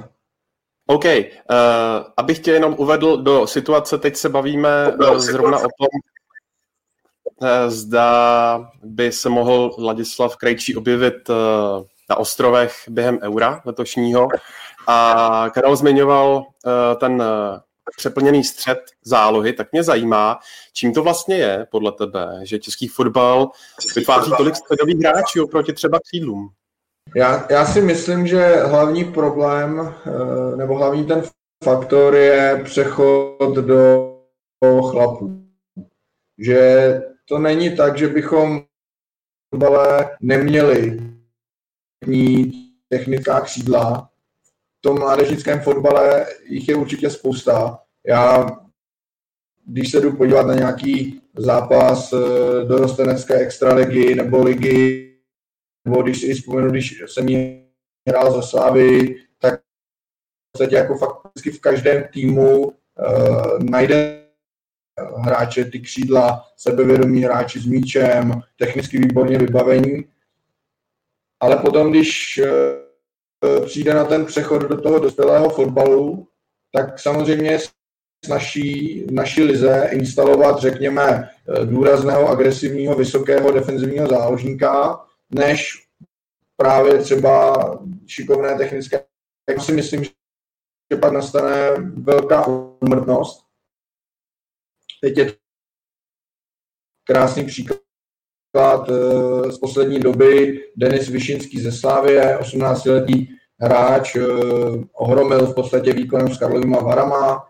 OK, uh, abych tě jenom uvedl do situace, teď se bavíme uh, zrovna o tom, zda by se mohl Ladislav Krejčí objevit na ostrovech během Eura letošního. A Karel zmiňoval ten přeplněný střed zálohy, tak mě zajímá, čím to vlastně je podle tebe, že český fotbal vytváří tolik středových hráčů oproti třeba křídlům. Já, já si myslím, že hlavní problém, nebo hlavní ten faktor je přechod do chlapů. Že to není tak, že bychom v fotbale neměli technická křídla. V tom mládežnickém fotbale jich je určitě spousta. Já, když se jdu podívat na nějaký zápas dorostenecké extraligy nebo ligy, nebo když si vzpomenu, když jsem hrál za Slávy, tak v podstatě jako fakticky v každém týmu uh, najde hráče, ty křídla, sebevědomí hráči s míčem, technicky výborně vybavení. Ale potom, když uh, přijde na ten přechod do toho dospělého fotbalu, tak samozřejmě snaží v naší lize instalovat, řekněme, důrazného, agresivního, vysokého defenzivního záložníka, než právě třeba šikovné technické. Já si myslím, že pak nastane velká úmrtnost. Teď je krásný příklad z poslední doby. Denis Višinský ze Slavie, osmnáctiletý hráč, ohromil v podstatě výkonem s Karlovýma Varama.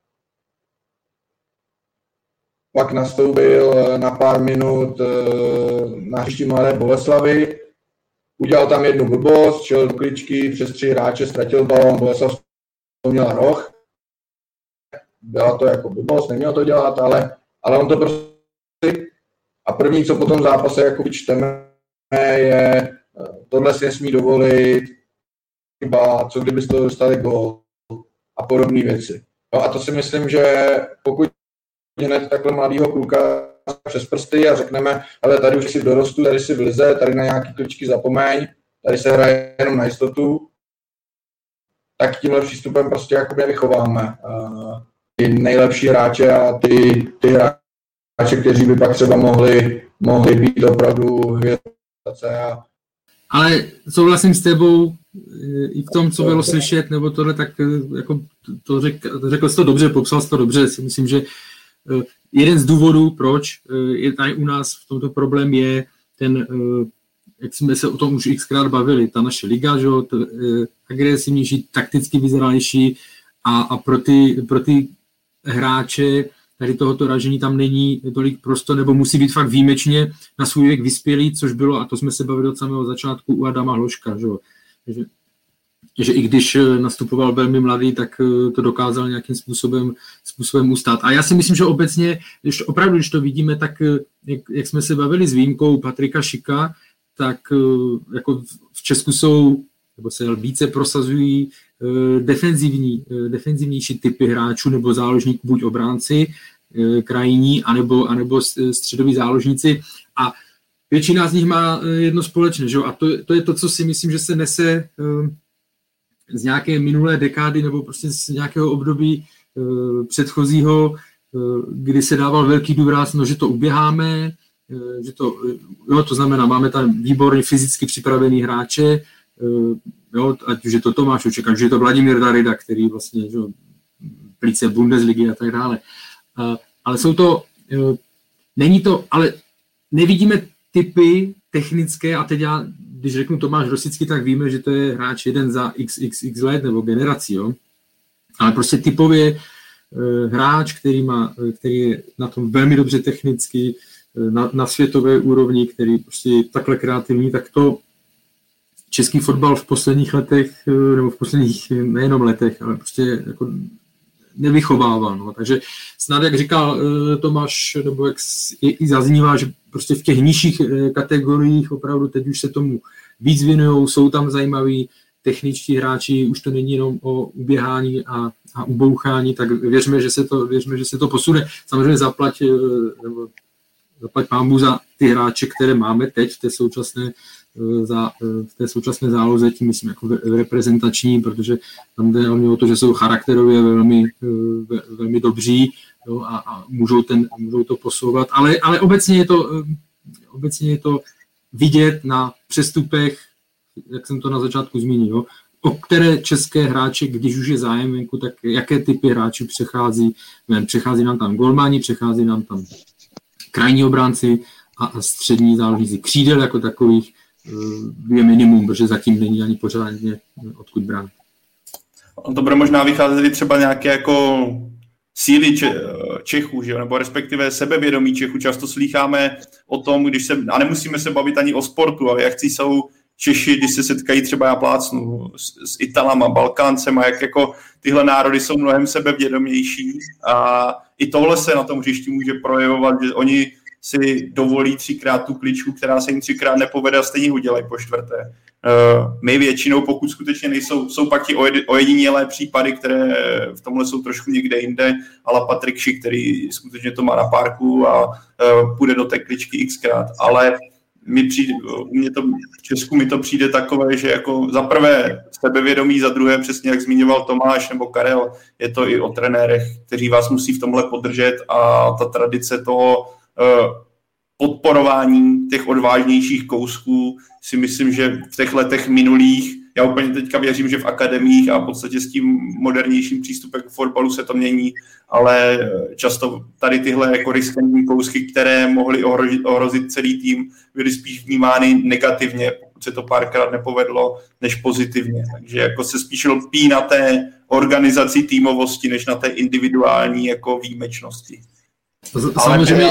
Pak nastoupil na pár minut na hřišti Mladé Boleslavy. Udělal tam jednu blbost, šel do kličky, přes tři hráče, ztratil balón, Boleslav měla roh. Byla to jako blbost, neměl to dělat, ale, ale on to prostě... A první, co po tom zápase jako čteme, je tohle si nesmí dovolit, chyba, co kdybyste dostali gól a podobné věci. No a to si myslím, že pokud hned takhle mladýho kluka přes prsty a řekneme, ale tady už si v dorostu, tady si v lize, tady na nějaký kličky zapomeň, tady se hraje jenom na jistotu, tak tímhle přístupem prostě jakoby vychováme uh, ty nejlepší hráče a ty, ty hráče, kteří by pak třeba mohli, mohli být opravdu hvězdace. A... Ale souhlasím s tebou i v tom, co bylo slyšet, nebo tohle, tak jako to řekl, řekl jsi to dobře, popsal jsi to dobře, si myslím, že jeden z důvodů, proč je tady u nás v tomto problém, je ten, jak jsme se o tom už xkrát bavili, ta naše liga, že, agresivnější, takticky vyzrálejší a, a pro, ty, pro ty hráče tady tohoto ražení tam není tolik prostor, nebo musí být fakt výjimečně na svůj věk vyspělý, což bylo, a to jsme se bavili od samého začátku u Adama Hloška, že, že i když nastupoval velmi mladý, tak to dokázal nějakým způsobem, způsobem ustát. A já si myslím, že obecně, když opravdu, když to vidíme, tak jak, jak jsme se bavili s výjimkou Patrika Šika, tak jako v Česku jsou, nebo se více prosazují defenzivní, defenzivnější typy hráčů nebo záložníků, buď obránci krajní, anebo, anebo středoví záložníci. A většina z nich má jedno společné, že? A to, to je to, co si myslím, že se nese z nějaké minulé dekády nebo prostě z nějakého období uh, předchozího, uh, kdy se dával velký důraz, no, že to uběháme, uh, že to, uh, jo, to znamená, máme tam výborně fyzicky připravený hráče, uh, jo, ať už je to Tomáš Oček, ať už je to Vladimír Darida, který vlastně, že, plíce Bundesligy a tak dále. Uh, ale jsou to, uh, není to, ale nevidíme typy technické, a teď já, když řeknu Tomáš Rosický, tak víme, že to je hráč jeden za x x x let nebo generací, jo. Ale prostě typově e, hráč, který, má, který je na tom velmi dobře technicky, e, na, na světové úrovni, který prostě je takhle kreativní, tak to český fotbal v posledních letech, e, nebo v posledních nejenom letech, ale prostě jako nevychovával. No. Takže snad, jak říkal e, Tomáš, nebo jak i, i zaznívá, že prostě v těch nižších e, kategoriích opravdu teď už se tomu víc věnujou, jsou tam zajímaví techničtí hráči, už to není jenom o uběhání a, a ubouchání, tak věřme, že se to, věřme, že se to posune. Samozřejmě zaplať, e, nebo zaplať pánbůh za ty hráče, které máme teď v té současné za, v té současné záloze, tím myslím jako v reprezentační, protože tam jde hlavně o to, že jsou charakterově velmi, velmi dobří, jo, a, a můžou, ten, můžou to posouvat, ale, ale obecně, je to, obecně je to vidět na přestupech, jak jsem to na začátku zmínil, jo, o které české hráče, když už je zájem venku, tak jaké typy hráčů přechází ven. Přechází nám tam golmani, přechází nám tam krajní obránci a, a střední záložníci. Křídel jako takových je minimum, protože zatím není ani pořádně odkud brát. On to bude možná vycházet i třeba nějaké jako síly Čechů, že? Nebo respektive sebevědomí Čechů. Často slýcháme o tom, když se, a nemusíme se bavit ani o sportu, ale jak jsou Češi, když se setkají třeba, já plácnu, s, s Italama, Balkáncema, jak jako tyhle národy jsou mnohem sebevědomější a i tohle se na tom hřišti může projevovat, že oni si dovolí třikrát tu kličku, která se jim třikrát nepovede a stejně ho dělají po čtvrté. Uh, my většinou, pokud skutečně nejsou, jsou pak ti ojedinělé případy, které v tomhle jsou trošku někde jinde, ale Patrik Šik, který skutečně to má na párku a uh, půjde do té kličky xkrát, ale mi přijde, mě to, v Česku mi to přijde takové, že jako za prvé sebevědomí, za druhé, přesně jak zmiňoval Tomáš nebo Karel, je to i o trenérech, kteří vás musí v tomhle podržet a ta tradice toho uh, podporování těch odvážnějších kousků si myslím, že v těch letech minulých, já úplně teďka věřím, že v akademiích a v podstatě s tím modernějším přístupem k fotbalu se to mění, ale často tady tyhle jako riskantní kousky, které mohly ohrozit, ohrozit celý tým, byly spíš vnímány negativně, pokud se to párkrát nepovedlo, než pozitivně. Takže jako se spíš lpí na té organizaci týmovosti, než na té individuální jako výjimečnosti. Samozřejmě,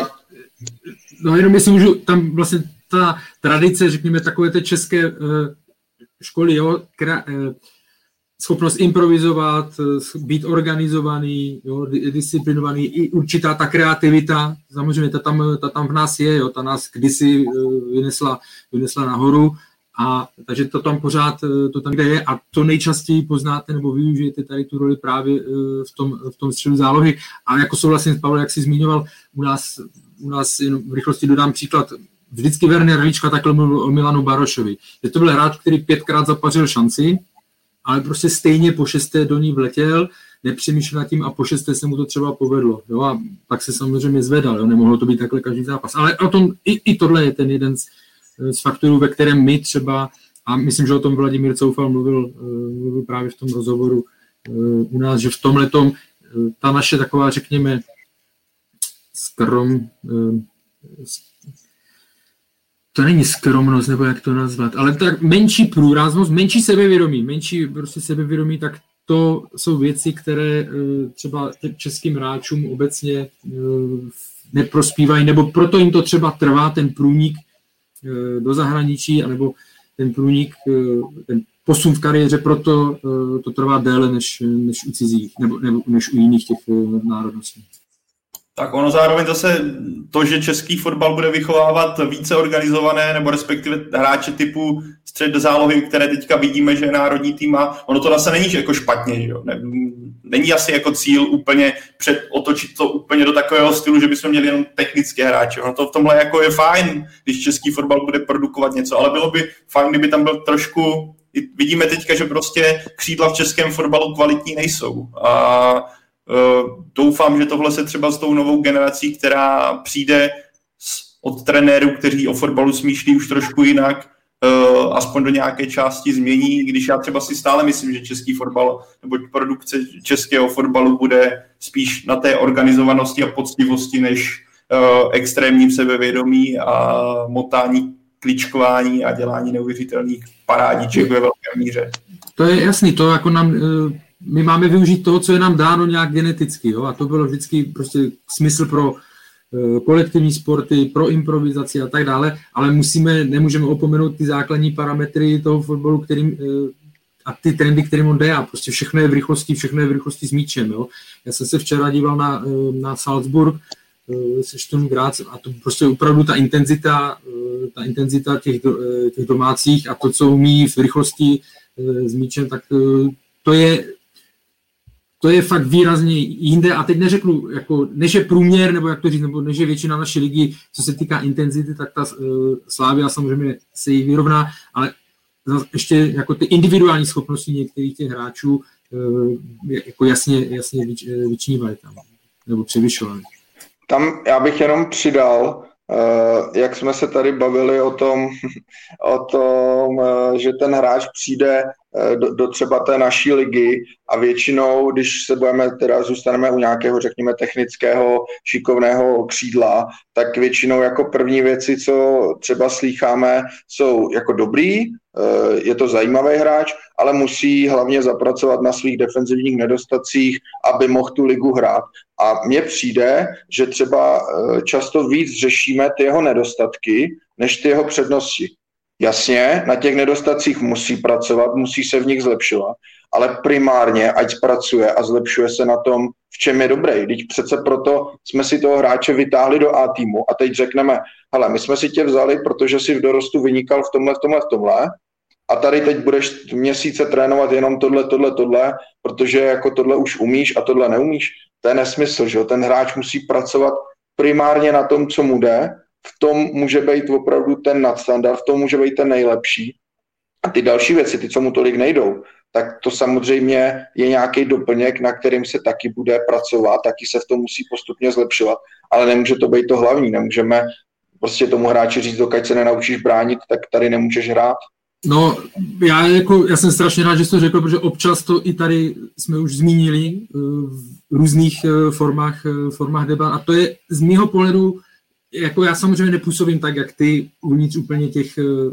no jenom jestli můžu, tam vlastně ta tradice, řekněme, takové té české uh, školy, jo, kra, uh, schopnost improvizovat, uh, být organizovaný, jo, disciplinovaný, i určitá ta kreativita, samozřejmě ta tam, ta tam v nás je, jo, ta nás kdysi uh, vynesla, vynesla nahoru, a takže to tam pořád, uh, to tam kde je a to nejčastěji poznáte nebo využijete tady tu roli právě uh, v tom, v tom středu zálohy. A jako souhlasím s Pavlem, jak jsi zmiňoval, u nás, u nás jen v rychlosti dodám příklad, vždycky Werner Hlička takhle mluvil o Milanu Barošovi. Že to byl hráč, který pětkrát zapařil šanci, ale prostě stejně po šesté do ní vletěl, nepřemýšlel nad tím a po šesté se mu to třeba povedlo. Jo? A pak se samozřejmě zvedal, jo? Nemohlo to být takhle každý zápas. Ale o tom, i, i tohle je ten jeden z, z faktorů, ve kterém my třeba, a myslím, že o tom Vladimír Coufal mluvil, mluvil právě v tom rozhovoru u nás, že v tomhletom ta naše taková, řekněme, skrom, to není skromnost, nebo jak to nazvat, ale tak menší průraznost, menší sebevědomí, menší prostě sebevědomí, tak to jsou věci, které třeba českým hráčům obecně neprospívají, nebo proto jim to třeba trvá, ten průnik do zahraničí, anebo ten průnik, ten posun v kariéře, proto to trvá déle než, než u cizích, nebo, nebo než u jiných těch národností. Tak ono zároveň zase to, že český fotbal bude vychovávat více organizované, nebo respektive hráče typu střed zálohy, které teďka vidíme, že národní tým má, ono to zase není jako špatně, že jo? Ne, není asi jako cíl úplně před, otočit to úplně do takového stylu, že bychom měli jenom technické hráče. Ono to v tomhle jako je fajn, když český fotbal bude produkovat něco, ale bylo by fajn, kdyby tam byl trošku, vidíme teďka, že prostě křídla v českém fotbalu kvalitní nejsou. A Uh, doufám, že tohle se třeba s tou novou generací, která přijde od trenérů, kteří o fotbalu smýšlí už trošku jinak, uh, aspoň do nějaké části změní, když já třeba si stále myslím, že český fotbal nebo produkce českého fotbalu bude spíš na té organizovanosti a poctivosti, než uh, extrémním sebevědomí a motání, kličkování a dělání neuvěřitelných parádíček ve velké míře. To je jasný, to jako nám... Uh... My máme využít toho, co je nám dáno nějak geneticky, jo? A to bylo vždycky prostě smysl pro uh, kolektivní sporty, pro improvizaci a tak dále, ale musíme, nemůžeme opomenout ty základní parametry toho fotbalu, kterým, uh, a ty trendy, kterým on jde, a prostě všechno je v rychlosti, všechno je v rychlosti s míčem, jo? Já jsem se včera díval na, uh, na Salzburg uh, se Sturm Graz a to prostě opravdu ta intenzita, uh, ta intenzita těch, do, uh, těch domácích a to, co umí v rychlosti uh, s míčem, tak uh, to je to je fakt výrazně jinde a teď neřeknu, jako, než je průměr, nebo jak to říct, nebo než je většina naší ligy, co se týká intenzity, tak ta uh, Slavia samozřejmě se jí vyrovná, ale ještě jako ty individuální schopnosti některých těch hráčů uh, jako jasně, jasně vyč, vyčnívají tam, nebo převyšovají. Tam já bych jenom přidal, uh, jak jsme se tady bavili o tom, o tom uh, že ten hráč přijde Do, do třeba té naší ligy a většinou, když se budeme, teda zůstaneme u nějakého, řekněme, technického, šikovného křídla, tak většinou jako první věci, co třeba slýcháme, jsou jako dobrý, je to zajímavý hráč, ale musí hlavně zapracovat na svých defenzivních nedostacích, aby mohl tu ligu hrát. A mně přijde, že třeba často víc řešíme ty jeho nedostatky, než ty jeho přednosti. Jasně, na těch nedostacích musí pracovat, musí se v nich zlepšovat, ale primárně, ať pracuje a zlepšuje se na tom, v čem je dobrý. Když přece proto jsme si toho hráče vytáhli do A týmu a teď řekneme, hele, my jsme si tě vzali, protože jsi v dorostu vynikal v tomhle, v tomhle, v tomhle a tady teď budeš měsíce trénovat jenom tohle, tohle, tohle, protože jako tohle už umíš a tohle neumíš. To je nesmysl, že jo? Ten hráč musí pracovat primárně na tom, co mu jde. V tom může být opravdu ten nadstandard, v tom může být ten nejlepší. A ty další věci, ty, co mu tolik nejdou, tak to samozřejmě je nějaký doplněk, na kterým se taky bude pracovat, taky se v tom musí postupně zlepšovat, ale nemůže to být to hlavní. Nemůžeme prostě tomu hráči říct, dokud se nenaučíš bránit, tak tady nemůžeš hrát. No, já, jako, já jsem strašně rád, že jsi to řekl, protože občas to i tady jsme už zmínili v různých formách, formách debat a to je z mýho pohledu, jako já samozřejmě nepůsobím tak, jak ty uvnitř úplně těch,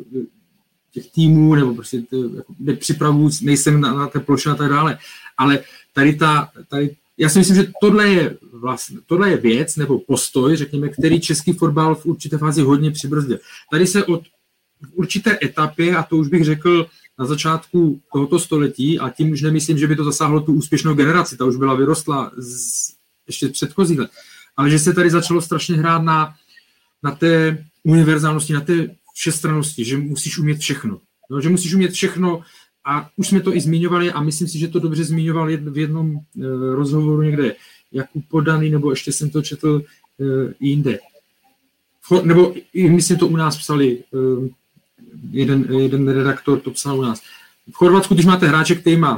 těch týmů, nebo prostě jako nepřipravuju, nejsem na, na té ploše a tak dále, ale tady ta, tady, já si myslím, že tohle je vlastně, tohle je věc, nebo postoj, řekněme, který český fotbal v určité fázi hodně přibrzdil. Tady se od v určité etapě, a to už bych řekl na začátku tohoto století, a tím už nemyslím, že by to zasáhlo tu úspěšnou generaci, ta už byla vyrostla z, ještě předchozí let, ale že se tady začalo strašně hrát na na té univerzálnosti, na té všestrannosti, že musíš umět všechno. No, že musíš umět všechno a už jsme to i zmiňovali a myslím si, že to dobře zmiňoval v jednom uh, rozhovoru někde Jakub Podaný, nebo ještě jsem to četl uh, jinde. Cho, nebo i myslím, to u nás psali, uh, jeden, jeden redaktor to psal u nás. V Chorvatsku, když máte hráče, který má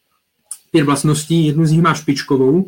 pět vlastností, jednu z nich má špičkovou,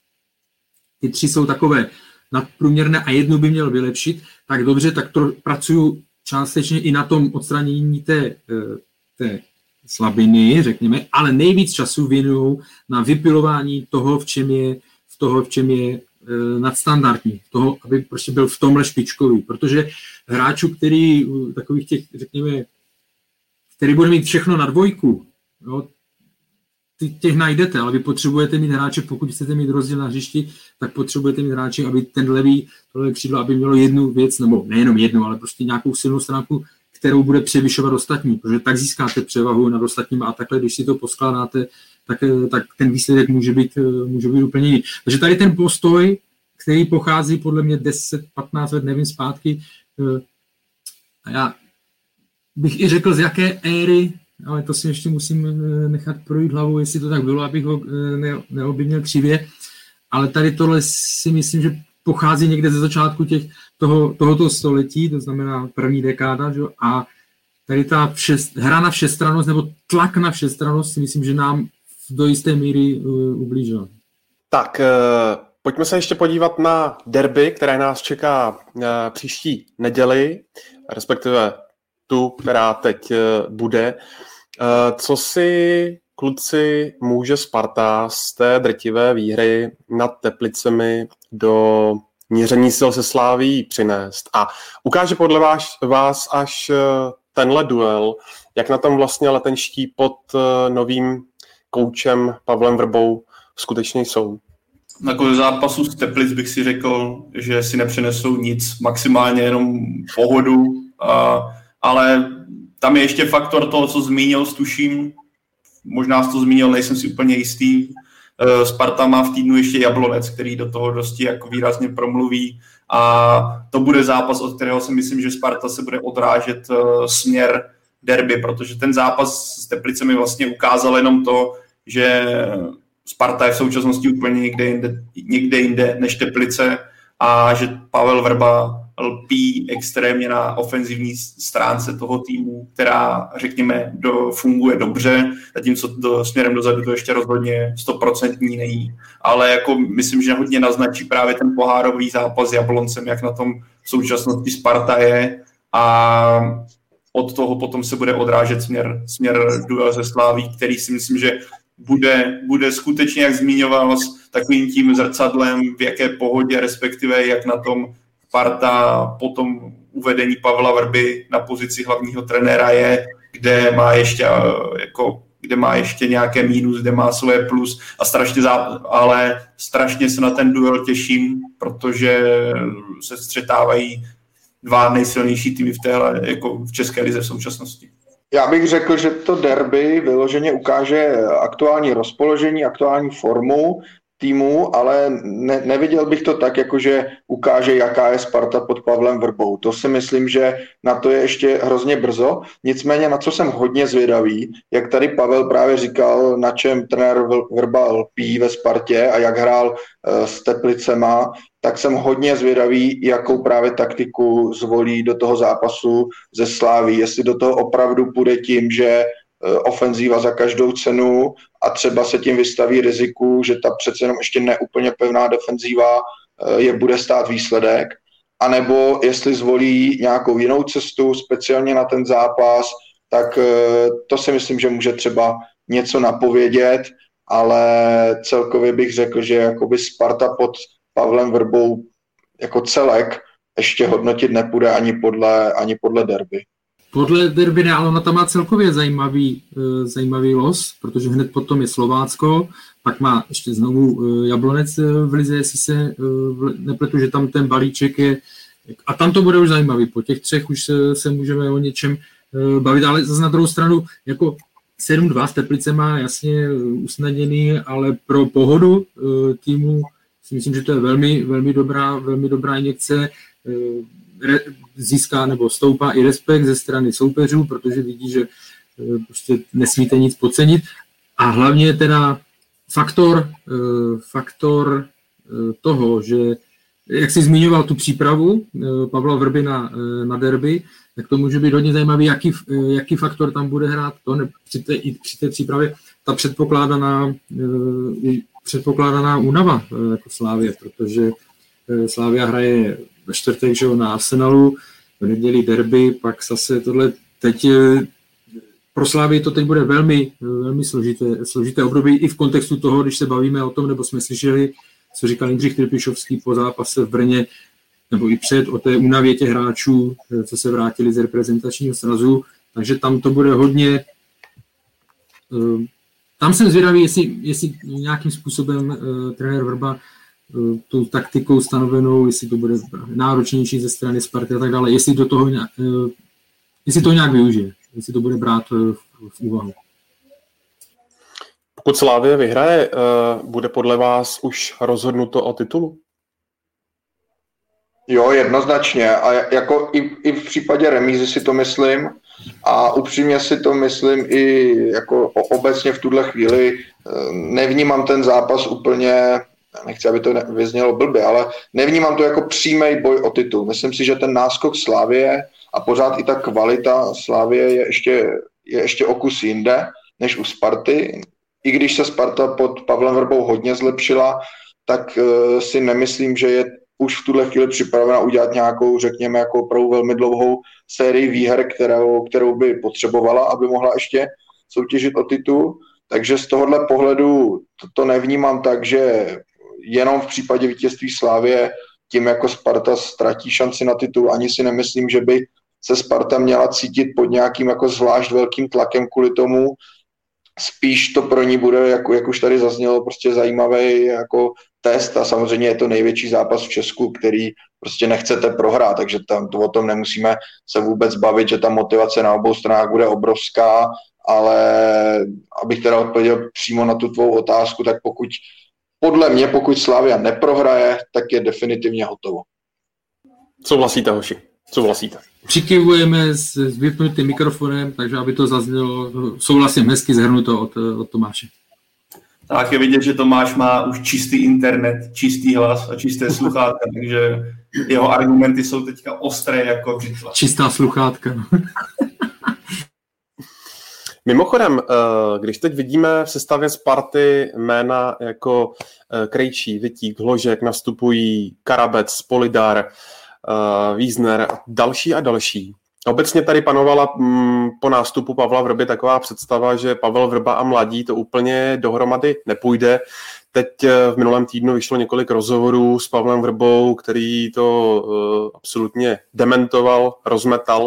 ty tři jsou takové nadprůměrné a jednu by měl vylepšit, tak dobře, tak to pracuju částečně i na tom odstranění té, té slabiny, řekněme, ale nejvíc času věnuju na vypilování toho, v čem je, v toho, v čem je nadstandardní, toho, aby prostě byl v tomhle špičkový, protože hráčů, který takových těch, řekněme, který bude mít všechno na dvojku, jo, těch najdete, ale vy potřebujete mít hráče, pokud chcete mít rozdíl na hřišti, tak potřebujete mít hráče, aby ten levý, tohle křídlo, aby mělo jednu věc, nebo nejenom jednu, ale prostě nějakou silnou stránku, kterou bude převyšovat ostatní, protože tak získáte převahu nad ostatními a takhle, když si to poskládáte, tak, tak ten výsledek může být, může být úplně jiný. Takže tady ten postoj, který pochází podle mě deset patnáct let, nevím, zpátky, a já bych i řekl, z jaké éry, ale to si ještě musím nechat projít hlavou, jestli to tak bylo, abych ho ne, neobvinil křivě. Ale tady tohle si myslím, že pochází někde ze začátku těch, toho, tohoto století, to znamená první dekáda, že? A tady ta všest, hra na všestrannost nebo tlak na všestrannost si myslím, že nám do jisté míry uh, ublížila. Tak, uh, pojďme se ještě podívat na derby, které nás čeká uh, příští neděli, respektive tu, která teď uh, bude. Uh, co si, kluci, může Sparta z té drtivé výhry nad Teplicemi do měření sil se Slavií přinést? A ukáže podle vás, vás až uh, tenhle duel, jak na tom vlastně letenští pod uh, novým koučem Pavlem Vrbou skutečně jsou? Na konci zápasu z Teplic bych si řekl, že si nepřinesou nic, maximálně jenom pohodu, a, ale tam je ještě faktor toho, co zmínil, tuším, možná jsi to zmínil, nejsem si úplně jistý. Sparta má v týdnu ještě Jablonec, který do toho dosti jako výrazně promluví a to bude zápas, od kterého si myslím, že Sparta se bude odrážet směr derby, protože ten zápas s Teplicemi vlastně ukázal jenom to, že Sparta je v současnosti úplně někde jinde, někde jinde než Teplice a že Pavel Vrba lpí extrémně na ofenzivní stránce toho týmu, která, řekněme, do, funguje dobře, zatímco do, směrem dozadu to ještě rozhodně stoprocentní není. Ale jako myslím, že hodně naznačí právě ten pohárový zápas s Jabloncem, jak na tom v současnosti Sparta je a od toho potom se bude odrážet směr, směr duel se Slaví, který si myslím, že bude, bude skutečně, jak zmiňoval, s takovým tím zrcadlem, v jaké pohodě, respektive jak na tom Sparta po tom uvedení Pavla Vrby na pozici hlavního trenéra je, kde má ještě, jako, kde má ještě nějaké mínus, kde má svoje plus, a strašně zá, ale strašně se na ten duel těším, protože se střetávají dva nejsilnější týmy v, téhle, jako v České lize v současnosti. Já bych řekl, že to derby vyloženě ukáže aktuální rozpoložení, aktuální formu týmu, ale ne, neviděl bych to tak, jakože ukáže, jaká je Sparta pod Pavlem Vrbou. To si myslím, že na to je ještě hrozně brzo. Nicméně, na co jsem hodně zvědavý, jak tady Pavel právě říkal, na čem trenér Vrba lpí ve Spartě a jak hrál uh, s Teplicema, tak jsem hodně zvědavý, jakou právě taktiku zvolí do toho zápasu ze Sláví. Jestli do toho opravdu půjde tím, že ofenzíva za každou cenu a třeba se tím vystaví riziku, že ta přece jenom ještě neúplně pevná defenzíva je bude stát výsledek, anebo jestli zvolí nějakou jinou cestu speciálně na ten zápas, tak to si myslím, že může třeba něco napovědět, ale celkově bych řekl, že jakoby Sparta pod Pavlem Vrbou jako celek ještě hodnotit nepůjde ani podle, ani podle derby. Podle derby ne, ale ona tam má celkově zajímavý, uh, zajímavý los, protože hned potom je Slovácko, pak má ještě znovu uh, Jablonec uh, v lize, jestli se uh, nepletu, že tam ten balíček je, a tam to bude už zajímavý, po těch třech už se, se můžeme o něčem uh, bavit, ale zase na druhou stranu, jako sedm dva s Teplicema jasně usnadněný, ale pro pohodu uh, týmu si myslím, že to je velmi, velmi dobrá, velmi dobrá injekce, uh, re, získá nebo stoupá i respekt ze strany soupeřů, protože vidí, že uh, prostě nesmíte nic podcenit, a hlavně teda faktor, uh, faktor uh, toho, že jak jsi zmiňoval tu přípravu uh, Pavla Vrby na, uh, na derby, tak to může být hodně zajímavý, jaký, uh, jaký faktor tam bude hrát to, ne, při, té, i při té přípravě ta předpokládaná uh, předpokládaná únava jako Slavie, protože Slavia hraje ve čtvrtek, že na Arsenalu, v neděli derby, pak zase tohle teď pro Slavii to teď bude velmi, velmi složité, složité období i v kontextu toho, když se bavíme o tom, nebo jsme slyšeli, co říkal Jindřich Trpišovský po zápase v Brně, nebo i před, o té únavě těch hráčů, co se vrátili z reprezentačního srazu, takže tam to bude hodně. Tam jsem zvědavý, jestli, jestli nějakým způsobem uh, trenér Vrba uh, tou taktikou stanovenou, jestli to bude náročnější ze strany Sparty a tak dále, jestli, do toho nějak, uh, jestli to nějak využije, jestli to bude brát uh, v, v úvahu. Pokud Slavie vyhraje, uh, bude podle vás už rozhodnuto o titulu? Jo, jednoznačně. A jako i, i v případě remízy si to myslím. A upřímně si to myslím i jako obecně v tuhle chvíli. Nevnímám ten zápas úplně, nechci, aby to vyznělo blbě, ale nevnímám to jako přímý boj o titul. Myslím si, že ten náskok Slavie a pořád i ta kvalita Slavie je ještě, je ještě o kus jinde než u Sparty. I když se Sparta pod Pavlem Vrbou hodně zlepšila, tak uh, si nemyslím, že je už v tuhle chvíli připravena udělat nějakou, řekněme, jako opravdu velmi dlouhou sérii výher, kterou, kterou by potřebovala, aby mohla ještě soutěžit o titul. Takže z tohohle pohledu to, to nevnímám tak, že jenom v případě vítězství Slavie tím jako Sparta ztratí šanci na titul. Ani si nemyslím, že by se Sparta měla cítit pod nějakým jako zvlášť velkým tlakem kvůli tomu. Spíš to pro ní bude, jak, jak už tady zaznělo, prostě zajímavý jako test a samozřejmě je to největší zápas v Česku, který prostě nechcete prohrát, takže tam to o tom nemusíme se vůbec bavit, že ta motivace na obou stranách bude obrovská, ale abych teda odpověděl přímo na tu tvou otázku, tak pokud podle mě, pokud Slavia neprohraje, tak je definitivně hotovo. Souhlasíte, hoši? Souhlasíte? Přikivujeme s, s vypnutým mikrofonem, takže aby to zaznělo, souhlasím, hezky zhrnuto od, od Tomáše. Tak je vidět, že Tomáš má už čistý internet, čistý hlas a čisté sluchátka, takže jeho argumenty jsou teďka ostré jako břitva. Čistá sluchátka. Mimochodem, když teď vidíme v sestavě Sparty jména jako Krejčí, Vitík, Hložek, nastupují Karabec, Polidar, Wiesner, další a další. Obecně tady panovala m, po nástupu Pavla Vrby taková představa, že Pavel Vrba a mladí to úplně dohromady nepůjde. Teď v minulém týdnu vyšlo několik rozhovorů s Pavlem Vrbou, který to uh, absolutně dementoval, rozmetal.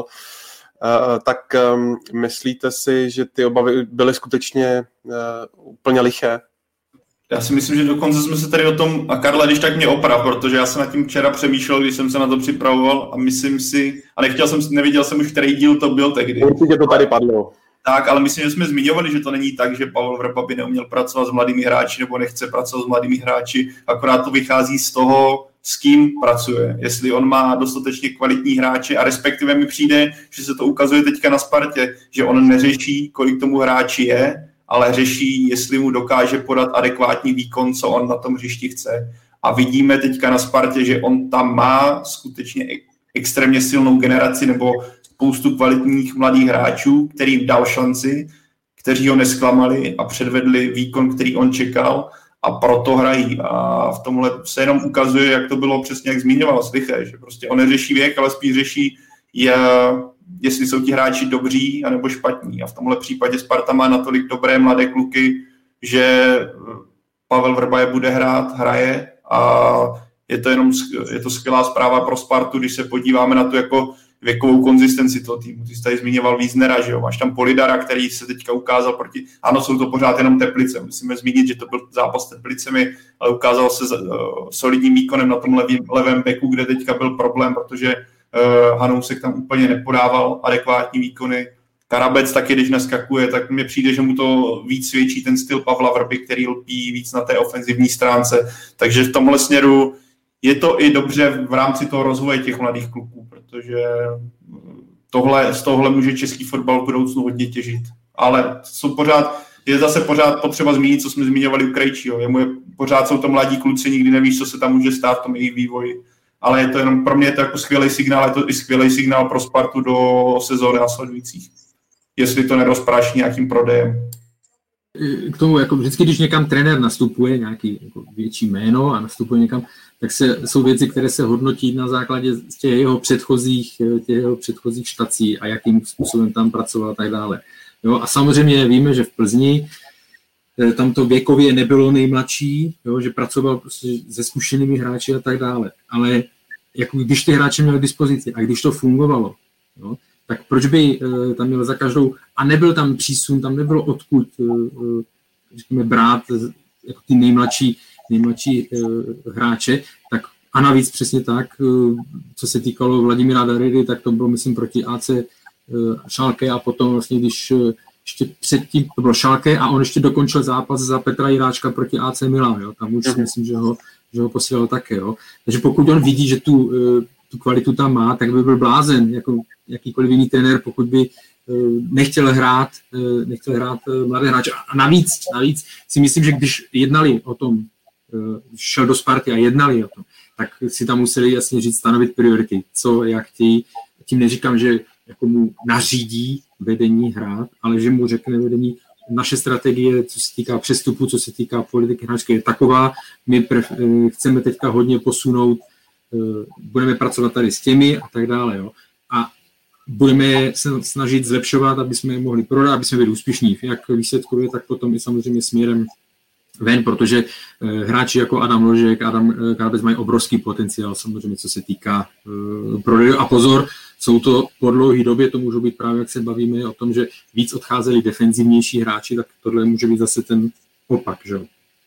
Uh, tak um, myslíte si, že ty obavy byly skutečně uh, úplně liché? Já si myslím, že dokonce jsme se tady o tom, a Karla, když tak mě oprav, protože já jsem nad tím včera přemýšlel, když jsem se na to připravoval a myslím si, a nechtěl jsem, neviděl jsem už, který díl to byl tehdy. Určitě to tady padlo. Tak, ale myslím, že jsme zmiňovali, že to není tak, že Pavel Vrba by neuměl pracovat s mladými hráči nebo nechce pracovat s mladými hráči, akorát to vychází z toho, s kým pracuje. Jestli on má dostatečně kvalitní hráče a respektive mi přijde, že se to ukazuje teďka na Spartě, že on neřeší, kolik tomu hráči je, ale řeší, jestli mu dokáže podat adekvátní výkon, co on na tom hřišti chce. A vidíme teďka na Spartě, že on tam má skutečně extrémně silnou generaci nebo spoustu kvalitních mladých hráčů, kterým dal šanci, kteří ho nesklamali a předvedli výkon, který on čekal a proto hrají. A v tomhle se jenom ukazuje, jak to bylo přesně, jak zmiňoval Sliché, že prostě on neřeší věk, ale spíš řeší, je, jestli jsou ti hráči dobří anebo špatní. A v tomhle případě Sparta má natolik dobré mladé kluky, že Pavel Vrba je bude hrát, hraje a je to jenom je to skvělá zpráva pro Spartu, když se podíváme na to jako věkovou konzistenci toho týmu. Ty jsi tady zmiňoval Wiesnera, že jo? Máš tam Polidara, který se teďka ukázal proti... Ano, jsou to pořád jenom Teplice. Musíme zmínit, že to byl zápas s Teplicemi, ale ukázal se uh, solidním výkonem na tom levým, levém beku, kde teďka byl problém, protože uh, Hanousek tam úplně nepodával adekvátní výkony. Karabec taky, když naskakuje, tak mně přijde, že mu to víc svědčí ten styl Pavla Vrby, který lpí víc na té ofenzivní stránce. Takže v tomhle směru je to i dobře v rámci toho rozvoje těch mladých kluků, protože tohle, z tohle může český fotbal v budoucnu hodně těžit. Ale jsou pořád, je zase pořád potřeba zmínit, co jsme zmiňovali u Krejčího. Jemu je, pořád jsou to mladí kluci, nikdy nevíš, co se tam může stát v tom jejich vývoji. Ale je to jenom pro mě je to jako skvělý signál, je to i skvělý signál pro Spartu do sezóny následujících. Jestli to nerozpráší nějakým prodejem. K tomu, jako vždycky, když někam trenér nastupuje, nějaký jako větší jméno a nastupuje někam, tak se, jsou věci, které se hodnotí na základě těch jeho předchozích, těch jeho předchozích štací a jakým způsobem tam pracoval a tak dále. Jo, a samozřejmě víme, že v Plzni tam to věkově nebylo nejmladší, jo, že pracoval prostě se zkušenými hráči a tak dále. Ale jako když ty hráče měli k dispozici a když to fungovalo, jo, tak proč by uh, tam měl za každou, a nebyl tam přísun, tam nebylo odkud uh, řekněme, brát jako ty nejmladší, nejmladší uh, hráče, tak a navíc přesně tak, uh, co se týkalo Vladimíra Daridy, tak to bylo, myslím, proti A C uh, Schalke a potom vlastně, když uh, ještě předtím, to bylo Schalke a on ještě dokončil zápas za Petra Jiráčka proti A C Milan, jo, tam už mm-hmm. myslím, že ho, že ho posílal také, jo. Takže pokud on vidí, že tu uh, tu kvalitu tam má, tak by byl blázen, jako jakýkoliv jiný trenér, pokud by uh, nechtěl hrát, uh, nechtěl hrát uh, mladé hráče. A navíc, navíc si myslím, že když jednali o tom, uh, šel do Sparty a jednali o tom, tak si tam museli jasně říct, stanovit priority, co, jak chtějí. Tím neříkám, že jako mu nařídí vedení hrát, ale že mu řekne vedení, naše strategie, co se týká přestupu, co se týká politiky hráčky, je taková, my pref- uh, chceme teďka hodně posunout, budeme pracovat tady s těmi a tak dále. Jo. A budeme se snažit zlepšovat, aby jsme je mohli prodat, aby jsme byli úspěšní, jak výsledkově, tak potom i samozřejmě směrem ven, protože hráči jako Adam Ložek, Adam Karabec mají obrovský potenciál, samozřejmě, co se týká uh, prodejů. A pozor, jsou to po dlouhé době, to můžou být právě, jak se bavíme o tom, že víc odcházeli defenzivnější hráči, tak tohle může být zase ten opak, že?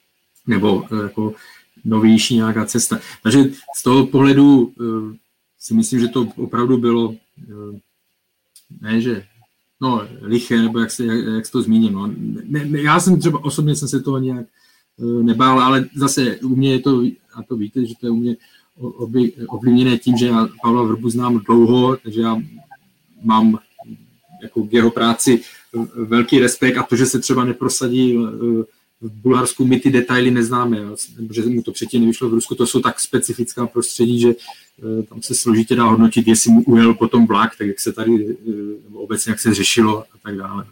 Nebo uh, jako novější nějaká cesta. Takže z toho pohledu uh, si myslím, že to opravdu bylo uh, ne, že no, liché, nebo jak se, jak, jak se to zmíním. No. Ne, ne, já jsem třeba osobně jsem se toho nějak uh, nebál, ale zase u mě je to, a to víte, že to je u mě oby, ovlivněné tím, že já Pavla Vrbu znám dlouho, takže já mám jako k jeho práci velký respekt a to, že se třeba neprosadil uh, v Bulharsku my ty detaily neznáme, protože mu to předtím nevyšlo v Rusku, to jsou tak specifická prostředí, že tam se složitě dá hodnotit, jestli mu ujel potom vlak, tak jak se tady obecně jak se řešilo a tak dále.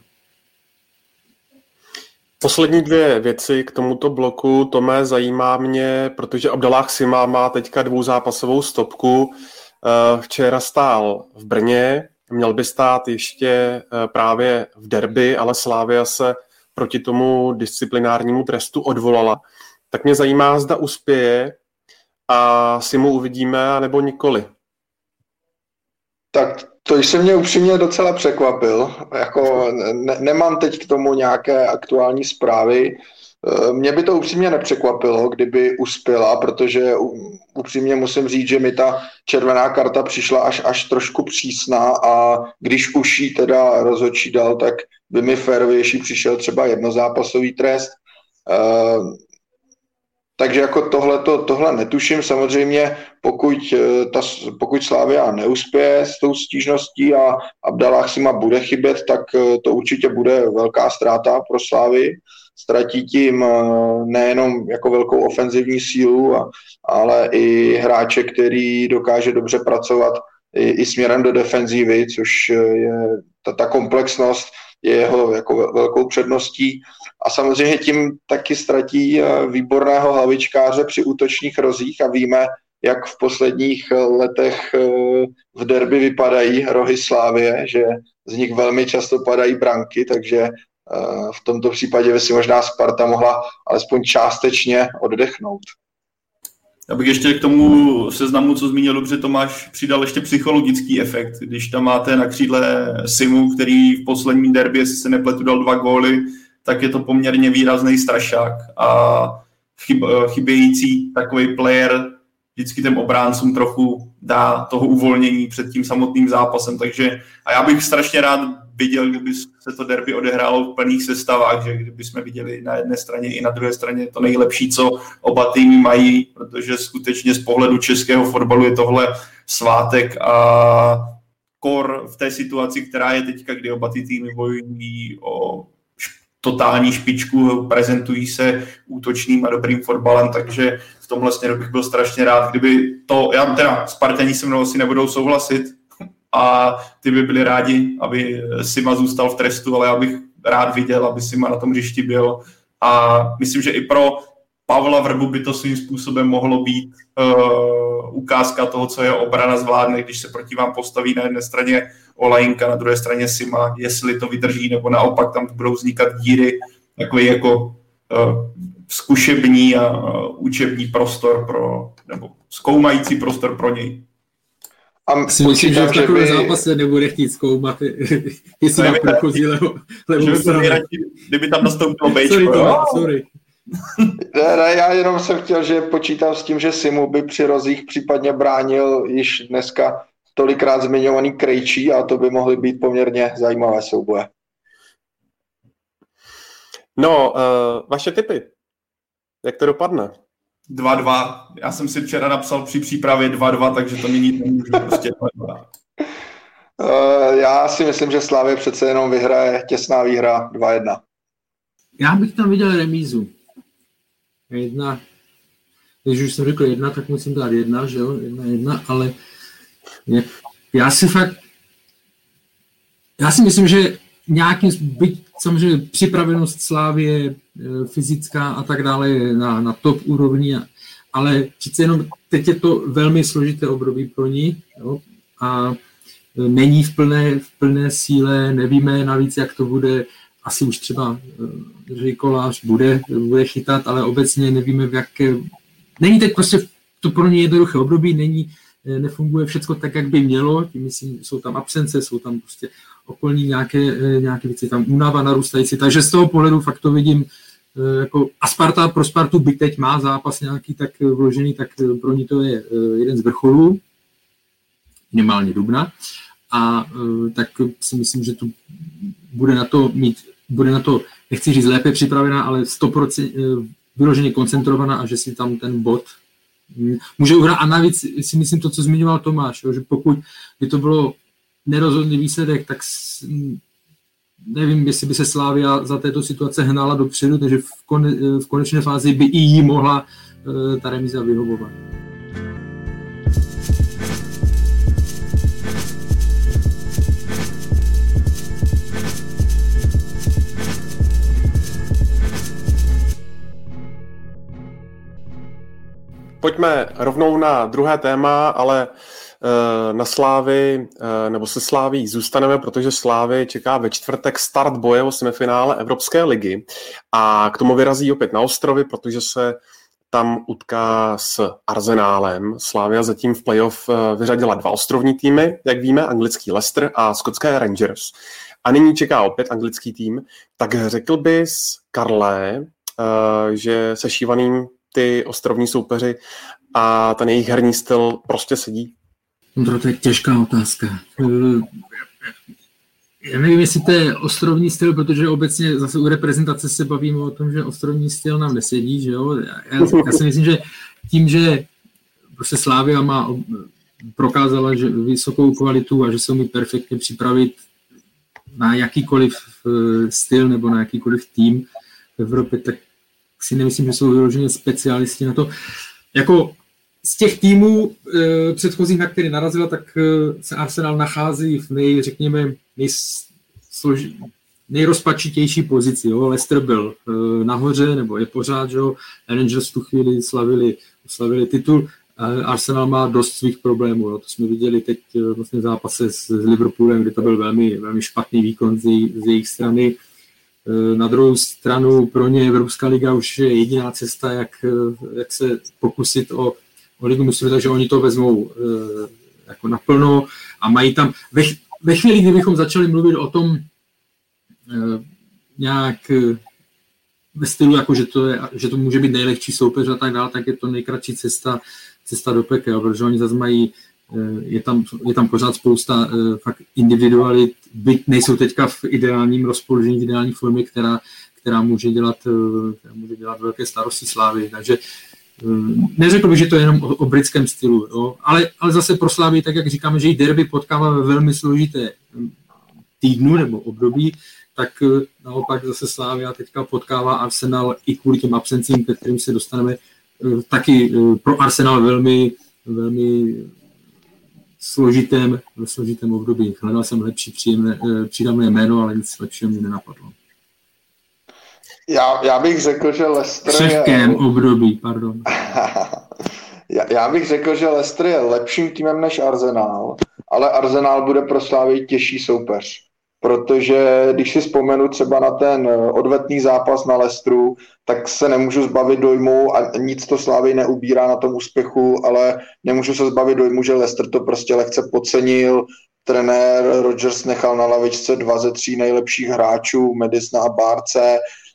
Poslední dvě věci k tomuto bloku, Tome, zajímá mě, protože Abdallah Sima má teďka dvouzápasovou stopku. Včera stál v Brně, měl by stát ještě právě v derby, ale Slavia se proti tomu disciplinárnímu trestu odvolala. Tak mě zajímá, zda uspěje a Simu uvidíme, nebo nikoli. Tak to jsem mě upřímně docela překvapil. Jako ne, nemám teď k tomu nějaké aktuální zprávy. Mě by to upřímně nepřekvapilo, kdyby uspěla, protože upřímně musím říct, že mi ta červená karta přišla až, až trošku přísná a když už jí teda rozhodčí dal, tak by mi férovější přišel třeba jednozápasový trest. Takže jako tohleto, tohle netuším. Samozřejmě, pokud, ta, pokud Slavia neuspěje s tou stížností a Abdallah Sima bude chybět, tak to určitě bude velká ztráta pro Slavii. Ztratí tím nejenom jako velkou ofenzivní sílu, ale i hráče, který dokáže dobře pracovat i, i směrem do defenzívy, což je ta, ta komplexnost je jeho jako velkou předností. A samozřejmě tím taky ztratí výborného hlavičkáře při útočních rozích a víme, jak v posledních letech v derby vypadají rohy Slavie, že z nich velmi často padají branky, takže v tomto případě by si možná Sparta mohla alespoň částečně oddechnout. Já bych ještě k tomu seznamu, co zmínil dobře Tomáš, přidal ještě psychologický efekt. Když tam máte na křídle Simu, který v posledním derby, jestli se nepletu, dal dva góly, tak je to poměrně výrazný strašák. A chyb, chybějící takový player vždycky těm obráncům trochu dá toho uvolnění před tím samotným zápasem. Takže, a já bych strašně rád viděl, kdyby se to derby odehrálo v plných sestavách, že kdyby jsme viděli na jedné straně i na druhé straně to nejlepší, co oba týmy mají, protože skutečně z pohledu českého fotbalu je tohle svátek a kor v té situaci, která je teďka, kdy oba ty týmy bojují o totální špičku, prezentují se útočným a dobrým fotbalem, takže v tomhle směru bych byl strašně rád, kdyby to, já teda Spartani se mnou asi nebudou souhlasit, a ty by byli rádi, aby Sima zůstal v trestu, ale já bych rád viděl, aby Sima na tom hřišti byl. A myslím, že i pro Pavla Vrbu by to svým způsobem mohlo být uh, ukázka toho, co je obrana zvládne, když se proti vám postaví na jedné straně Olajinka, na druhé straně Sima, jestli to vydrží, nebo naopak tam budou vznikat díry, takový jako uh, zkušební a uh, učební prostor pro, nebo zkoumající prostor pro něj. A si myslím, že v takovém by... zápase nebude chtít zkoumat, jestli má průchozí levou stranu. Kdyby tam nastoupilo Bčko. Sorry, to, sorry. Ne, ne, já jenom jsem chtěl, že počítám s tím, že Simu by při rozích případně bránil již dneska tolikrát zmiňovaný Krejčí a to by mohly být poměrně zajímavé souboje. No, uh, vaše tipy. Jak to dopadne? dva dva. Já jsem si včera napsal při přípravě dva dva, takže to měnit nemůžu, prostě dva dva. Uh, já si myslím, že Slavia přece jenom vyhraje těsná výhra dva jedna. Já bych tam viděl remízu. Jedna, když už jsem řekl jedna, tak musím dát jedna, že jo, jedna, jedna, ale jak, já si fakt, já si myslím, že nějakým, byť samozřejmě připravenost Slávie, fyzická a tak dále na, na top úrovni, ale přece jenom teď je to velmi složité období pro ní, jo, a není v plné, v plné síle, nevíme navíc, jak to bude, asi už třeba Jiří Kolář bude, bude chytat, ale obecně nevíme, v jaké, není teď prostě to pro ně jednoduché období, není, nefunguje všechno tak, jak by mělo, tím myslím, jsou tam absence, jsou tam prostě okolní nějaké, nějaké věci, tam únava narůstající, takže z toho pohledu fakt to vidím, jako, a Sparta pro Spartu by teď má zápas nějaký tak vložený, tak pro ní to je jeden z vrcholů, minimálně dubna, a tak si myslím, že tu bude na to mít, bude na to, nechci říct lépe připravená, ale sto procent vyloženě koncentrovaná a že si tam ten bod může uhrát. A navíc si myslím to, co zmiňoval Tomáš, že pokud by to bylo nerozhodný výsledek, tak nevím, jestli by se Slavia za této situace hnala dopředu, takže v, kone, v konečné fázi by i jí mohla uh, ta remíza vyhovovat. Pojďme rovnou na druhé téma, ale na Slávy, nebo se Sláví zůstaneme, protože Slávy čeká ve čtvrtek start boje o semifinále Evropské ligy a k tomu vyrazí opět na ostrovy, protože se tam utká s Arsenálem. Slávia zatím v playoff vyřadila dva ostrovní týmy, jak víme, anglický Leicester a skotské Rangers. A nyní čeká opět anglický tým. Tak řekl bys, Karle, že se šívaným ty ostrovní soupeři a ten jejich herní styl prostě sedí? No to je těžká otázka. Já nevím, jestli to je ostrovní styl, protože obecně zase u reprezentace se bavíme o tom, že ostrovní styl nám nesedí, že jo? Já, já si myslím, že tím, že prostě Slavia má prokázala že vysokou kvalitu a že se umí perfektně připravit na jakýkoliv styl nebo na jakýkoliv tým v Evropě, tak si nemyslím, že jsou vyloženě specialisti na to. Jako z těch týmů e, předchozích, na které narazila, tak e, se Arsenal nachází v nej, řekněme, nejsloži, nejrozpačitější pozici. Jo. Leicester byl e, nahoře, nebo je pořád, že jo. Rangers tu chvíli slavili, slavili titul. A Arsenal má dost svých problémů. Jo. To jsme viděli teď e, vlastně v zápase s, s Liverpoolem, kdy to byl velmi, velmi špatný výkon z, jej, z jejich strany. E, na druhou stranu pro ně Evropská liga už je jediná cesta, jak, jak se pokusit o o ligu mistrů, takže oni to vezmou e, jako naplno a mají tam, ve, ve chvíli, kdybychom začali mluvit o tom e, nějak e, ve stylu, jako že to, je, že to může být nejlehčí soupeř a tak dále, tak je to nejkratší cesta, cesta do pekel, protože oni zase mají, e, je, tam, je tam pořád spousta e, fakt individualit, byť nejsou teďka v ideálním rozpoložení, v ideální formě, která, která, může dělat, e, která může dělat velké starosti Slávy, takže neřekl bych, že to je jenom o, o britském stylu, jo. Ale, ale zase pro Slávy, tak jak říkáme, že i derby potkává ve velmi složité týdnu nebo období, tak naopak zase Slavia teďka potkává Arsenal i kvůli těm absencím, ke kterým se dostaneme, taky pro Arsenal velmi, velmi složitém, ve složitém období. Hledal jsem lepší příjemné, přídavné jméno, ale nic lepšího mi nenapadlo. Já, já bych řekl, že Leicester je... Křehkém období, pardon. já, já bych řekl, že Leicester je lepším týmem než Arsenal, ale Arsenal bude pro Slavii těžší soupeř. Protože když si vzpomenu třeba na ten odvetný zápas na Leicesteru, tak se nemůžu zbavit dojmu a nic to Slavii neubírá na tom úspěchu, ale nemůžu se zbavit dojmu, že Leicester to prostě lehce podcenil. Trenér Rodgers nechal na lavičce dva ze tří nejlepších hráčů, Madisona a Barce,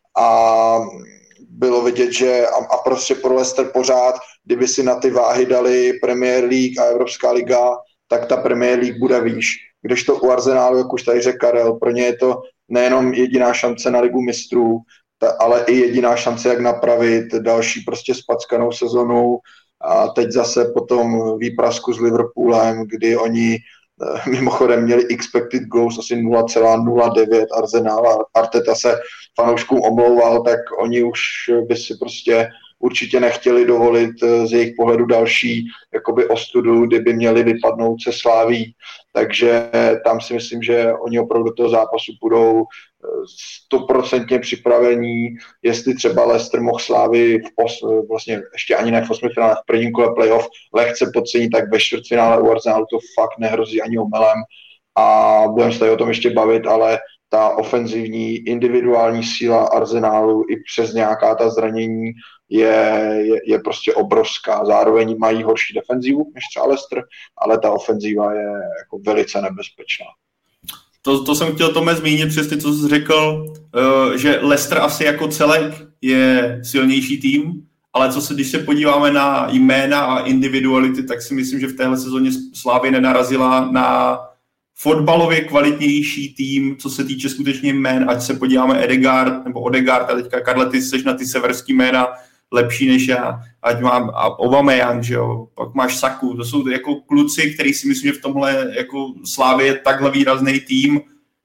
a bylo vidět, že a, a prostě pro Leicester pořád, kdyby si na ty váhy dali Premier League a Evropská liga, tak ta Premier League bude výš. Kdežto u Arsenalu, jak už tady řekl Karel, pro ně je to nejenom jediná šance na ligu mistrů, ta, ale i jediná šance, jak napravit další prostě spackanou sezonu. A teď zase po tom výprasku s Liverpoolem, kdy oni mimochodem měli expected goals asi nula celá nula devět Arsenal a Arteta se fanouškům omlouval, tak oni už by si prostě určitě nechtěli dovolit z jejich pohledu další jakoby ostudu, kdyby měli vypadnout se Slaví. Takže tam si myslím, že oni opravdu do toho zápasu budou stoprocentně připravení, jestli třeba Leicester mohl Slávy v os, vlastně ještě ani ne v osmifinále, v prvním kole playoff lehce podcenit, tak ve čtvrtfinále u Arsenalu to fakt nehrozí ani omylem a budeme se tady o tom ještě bavit, ale ta ofenzivní individuální síla Arsenalu i přes nějaká ta zranění je, je, je prostě obrovská. Zároveň mají horší defenzivu než třeba Leicester, ale ta ofenziva je jako velice nebezpečná. To, to jsem chtěl Tome zmínit přesně, co jsi řekl, že Leicester asi jako celek je silnější tým, ale co se, když se podíváme na jména a individuality, tak si myslím, že v téhle sezóně Slavia nenarazila na fotbalově kvalitnější tým, co se týče skutečně jmén, ať se podíváme Edegaard nebo Odegaard, a teďka Karle, ty jsi na ty severský jména lepší než já, ať mám Aubameyang, že jo, pak máš Saku, to jsou jako kluci, který si myslím, že v tomhle jako Slavii je takhle výrazný tým,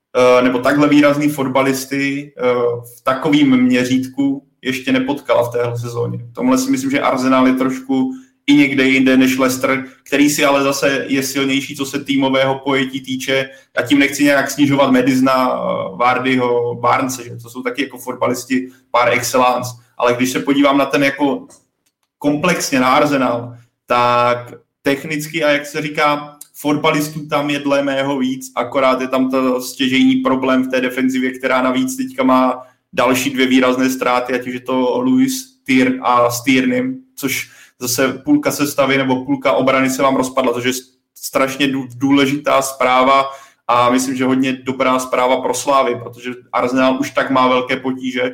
nebo takhle výrazný fotbalisty v takovém měřítku ještě nepotkala v téhle sezóně. V tomhle si myslím, že Arsenal je trošku i někde jinde než Leicester, který si ale zase je silnější, co se týmového pojetí týče. Já tím nechci nějak snižovat Madisona, Vardyho, Barnese, že to jsou taky jako fotbalisti par excellence, ale když se podívám na ten jako komplexně na Arsenal, tak technicky a jak se říká, fotbalistů tam je dle mého víc, akorát je tam to stěžejní problém v té defenzivě, která navíc teďka má další dvě výrazné ztráty, ať už je to Luis Tyr a Stiernim, což zase půlka sestavy nebo půlka obrany se vám rozpadla, což je strašně důležitá zpráva a myslím, že hodně dobrá zpráva pro Slávy, protože Arsenal už tak má velké potíže,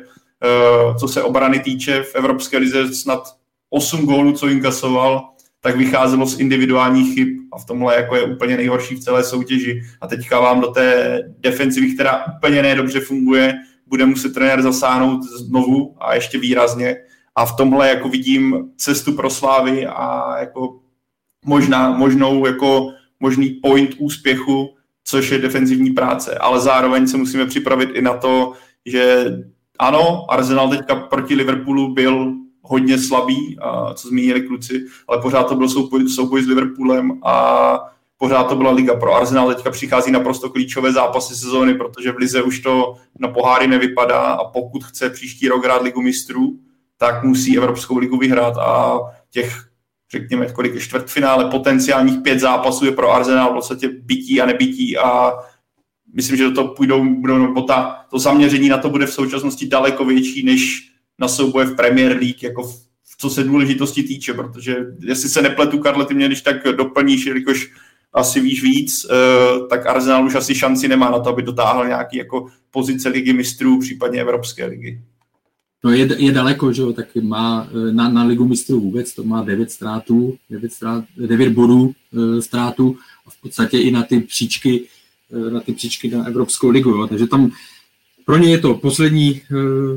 co se obrany týče. V Evropské lize snad osm gólů, co inkasoval, tak vycházelo z individuálních chyb a v tomhle jako je úplně nejhorší v celé soutěži. A teďka vám do té defenzivy, která úplně nedobře funguje, bude muset trenér zasáhnout znovu a ještě výrazně. A v tomhle jako vidím cestu pro Slávy a jako možná, možnou jako možný point úspěchu, což je defenzivní práce. Ale zároveň se musíme připravit i na to, že ano, Arsenal teďka proti Liverpoolu byl hodně slabý, a co zmínili kluci, ale pořád to byl souboj, souboj s Liverpoolem a pořád to byla liga. Pro Arsenal teďka přichází naprosto klíčové zápasy sezóny, protože v lize už to na poháry nevypadá a pokud chce příští rok hrát ligu mistrů, tak musí Evropskou ligu vyhrát a těch, řekněme, kolik je čtvrtfinále, potenciálních pět zápasů je pro Arsenal v podstatě bytí a nebytí a myslím, že do toho půjdou, budou, ta, to zaměření na to bude v současnosti daleko větší než na souboje v Premier League, jako v, co se důležitosti týče, protože jestli se nepletu, Karle, ty mě když tak doplníš, jelikož asi víš víc, uh, tak Arsenal už asi šanci nemá na to, aby dotáhl nějaký jako pozice ligy mistrů, případně Evropské ligy. No je, je daleko, že jo, tak má na, na ligu mistrů vůbec, to má devět ztrátů, devět, ztrát, devět bodů e, ztrátů a v podstatě i na ty příčky, e, na ty příčky na Evropskou ligu, jo, takže tam pro ně je to poslední, e,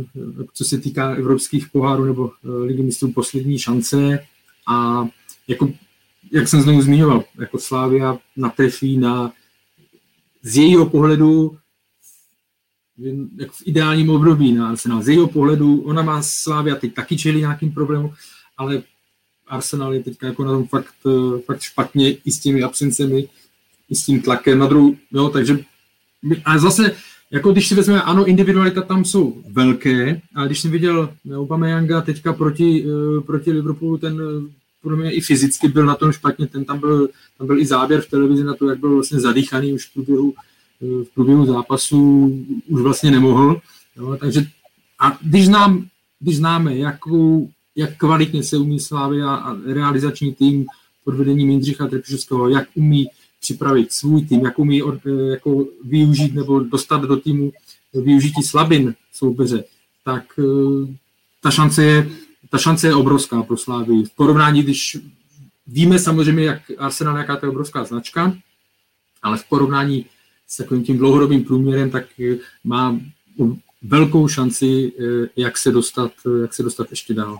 co se týká evropských pohárů nebo e, ligy mistrů, poslední šance a jako, jak jsem znovu zmiňoval, jako Slavia natrefí na z jejího pohledu jak v ideálním období na Arsenal. Z jejího pohledu, ona má Slavia teď taky čelí nějakým problémům, ale Arsenal je teďka jako na tom fakt, fakt špatně i s těmi absencemi, i s tím tlakem na druhou, jo, takže a zase, jako když si vezmeme, ano, individualita tam jsou velké, ale když jsem viděl Aubameyanga teďka proti, proti Liverpoolu, ten pro mě i fyzicky byl na tom špatně, ten tam byl, tam byl i záběr v televizi na to, jak byl vlastně zadýchaný už v průběhu v průběhu zápasu už vlastně nemohl. Jo, takže a když, znám, když známe, jakou, jak kvalitně se umí Slavia a realizační tým pod vedením Jindřicha Trpišovského, jak umí připravit svůj tým, jak umí jako využít nebo dostat do týmu využití slabin soupeře, tak ta šance je, ta šance je obrovská pro Slavii. V porovnání, když víme samozřejmě, jak Arsenal, jaká to je obrovská značka, ale v porovnání s takovým tím dlouhodobým průměrem, tak má velkou šanci, jak se dostat, jak se dostat ještě dál.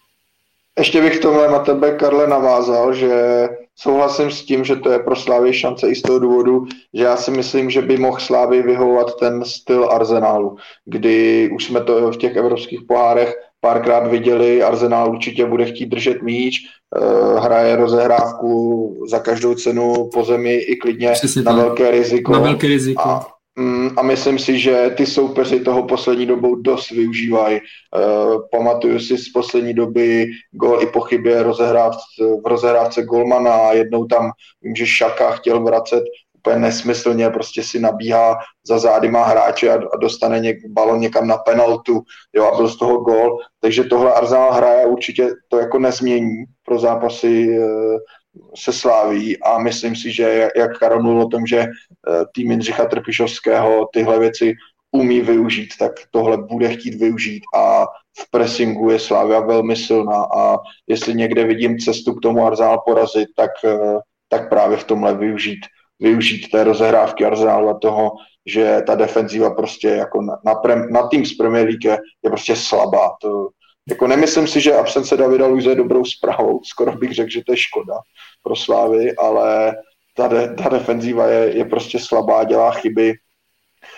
Ještě bych tomhle na tebe, Karle, navázal, že souhlasím s tím, že to je pro Slavii šance i z toho důvodu, že já si myslím, že by mohl Slavii vyhovovat ten styl Arsenalu, kdy už jsme to v těch evropských pohárech párkrát viděli, Arsenal určitě bude chtít držet míč, hraje rozehrávku za každou cenu po zemi i klidně na velké riziko. Na velké riziko. A, a myslím si, že ty soupeři toho poslední dobou dost využívají. Pamatuju si z poslední doby gól i po chybě rozehráv, v rozehrávce golmana, jednou tam vím, že Šaka chtěl vracet úplně nesmyslně, prostě si nabíhá za zády, má hráče a, a dostane něk, balon někam na penaltu, jo, a byl z toho gól. Takže tohle Arsenal hraje určitě to jako nezmění pro zápasy e, se Slaví a myslím si, že jak Karol mluvil o tom, že e, tým Jindřicha Trpišovského tyhle věci umí využít, tak tohle bude chtít využít a v pressingu je Slavia velmi silná a jestli někde vidím cestu k tomu Arsenal porazit, tak, e, tak právě v tomhle využít využít té rozehrávky Arsenalu a toho, že ta defenziva prostě jako na, na, prem, na tým z Premier League je, je prostě slabá. To, jako nemyslím si, že absence Davida Luise je dobrou zprávou, skoro bych řekl, že to je škoda pro Slávy, ale ta, de, ta defenziva je, je prostě slabá, dělá chyby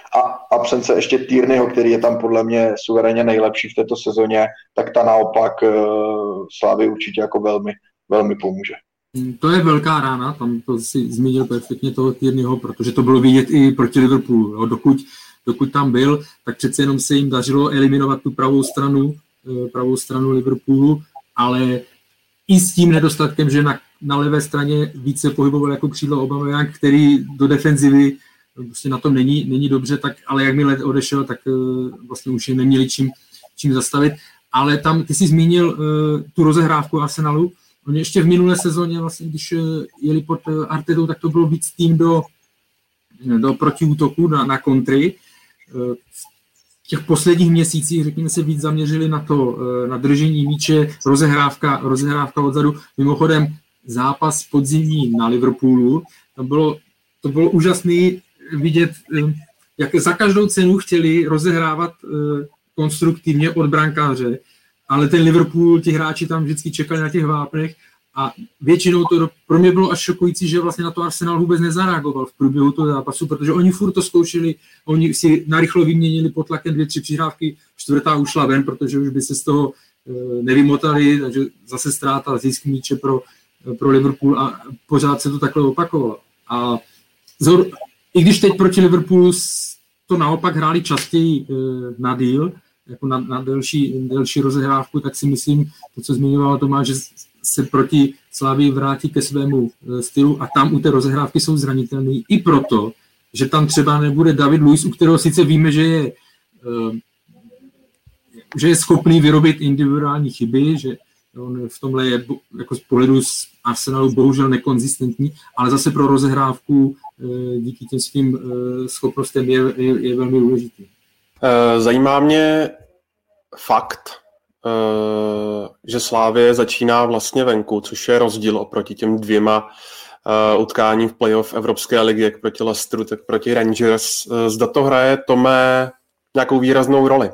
a absence ještě Tierneyho, který je tam podle mě suverénně nejlepší v této sezóně, tak ta naopak Slávy určitě jako velmi, velmi pomůže. To je velká rána, tam to si zmínil perfektně toho Tierneyho, protože to bylo vidět i proti Liverpoolu. Jo. Dokud, dokud tam byl, tak přece jenom se jim dařilo eliminovat tu pravou stranu, pravou stranu Liverpoolu, ale i s tím nedostatkem, že na, na levé straně více pohyboval jako křídlo Aubameyang, který do defenzivy prostě na tom není, není dobře, tak, ale jakmile odešel, tak vlastně už je neměli čím, čím zastavit. Ale tam, ty jsi zmínil uh, tu rozehrávku Arsenalu. Oni ještě v minulé sezóně, vlastně, když jeli pod Artetou, tak to bylo víc tým do, do protiútoku, na, na kontry. V těch posledních měsících, řekněme, se víc zaměřili na to, na držení míče, rozehrávka, rozehrávka odzadu. Mimochodem, zápas podzimní na Liverpoolu, to bylo, to bylo úžasný vidět, jak za každou cenu chtěli rozehrávat konstruktivně od brankáře, ale ten Liverpool, ti hráči tam vždycky čekali na těch vápnech a většinou to pro mě bylo až šokující, že vlastně na to Arsenal vůbec nezareagoval v průběhu toho zápasu, protože oni furt to zkoušeli, oni si narychlo vyměnili pod tlakem dvě, tři přihrávky, čtvrtá ušla ven, protože už by se z toho nevymotali, takže zase ztráta zisk míče pro, pro Liverpool a pořád se to takhle opakovalo. A zor, i když teď proti Liverpoolu to naopak hráli častěji na díl, jako na, na delší, delší rozehrávku, tak si myslím, to, co zmiňoval Tomáš, že se proti Slavii vrátí ke svému stylu a tam u té rozehrávky jsou zranitelný i proto, že tam třeba nebude David Luiz, u kterého sice víme, že je, že je schopný vyrobit individuální chyby, že on v tomhle je jako z pohledu z Arsenalu bohužel nekonzistentní, ale zase pro rozehrávku díky těm svým schopnostem je, je, je velmi důležitý. Zajímá mě fakt, že Slavie začíná vlastně venku, což je rozdíl oproti těm dvěma utkáním v playoff Evropské ligy, jak proti Leicesteru, tak proti Rangers. Zda to hraje, Tome, nějakou výraznou roli?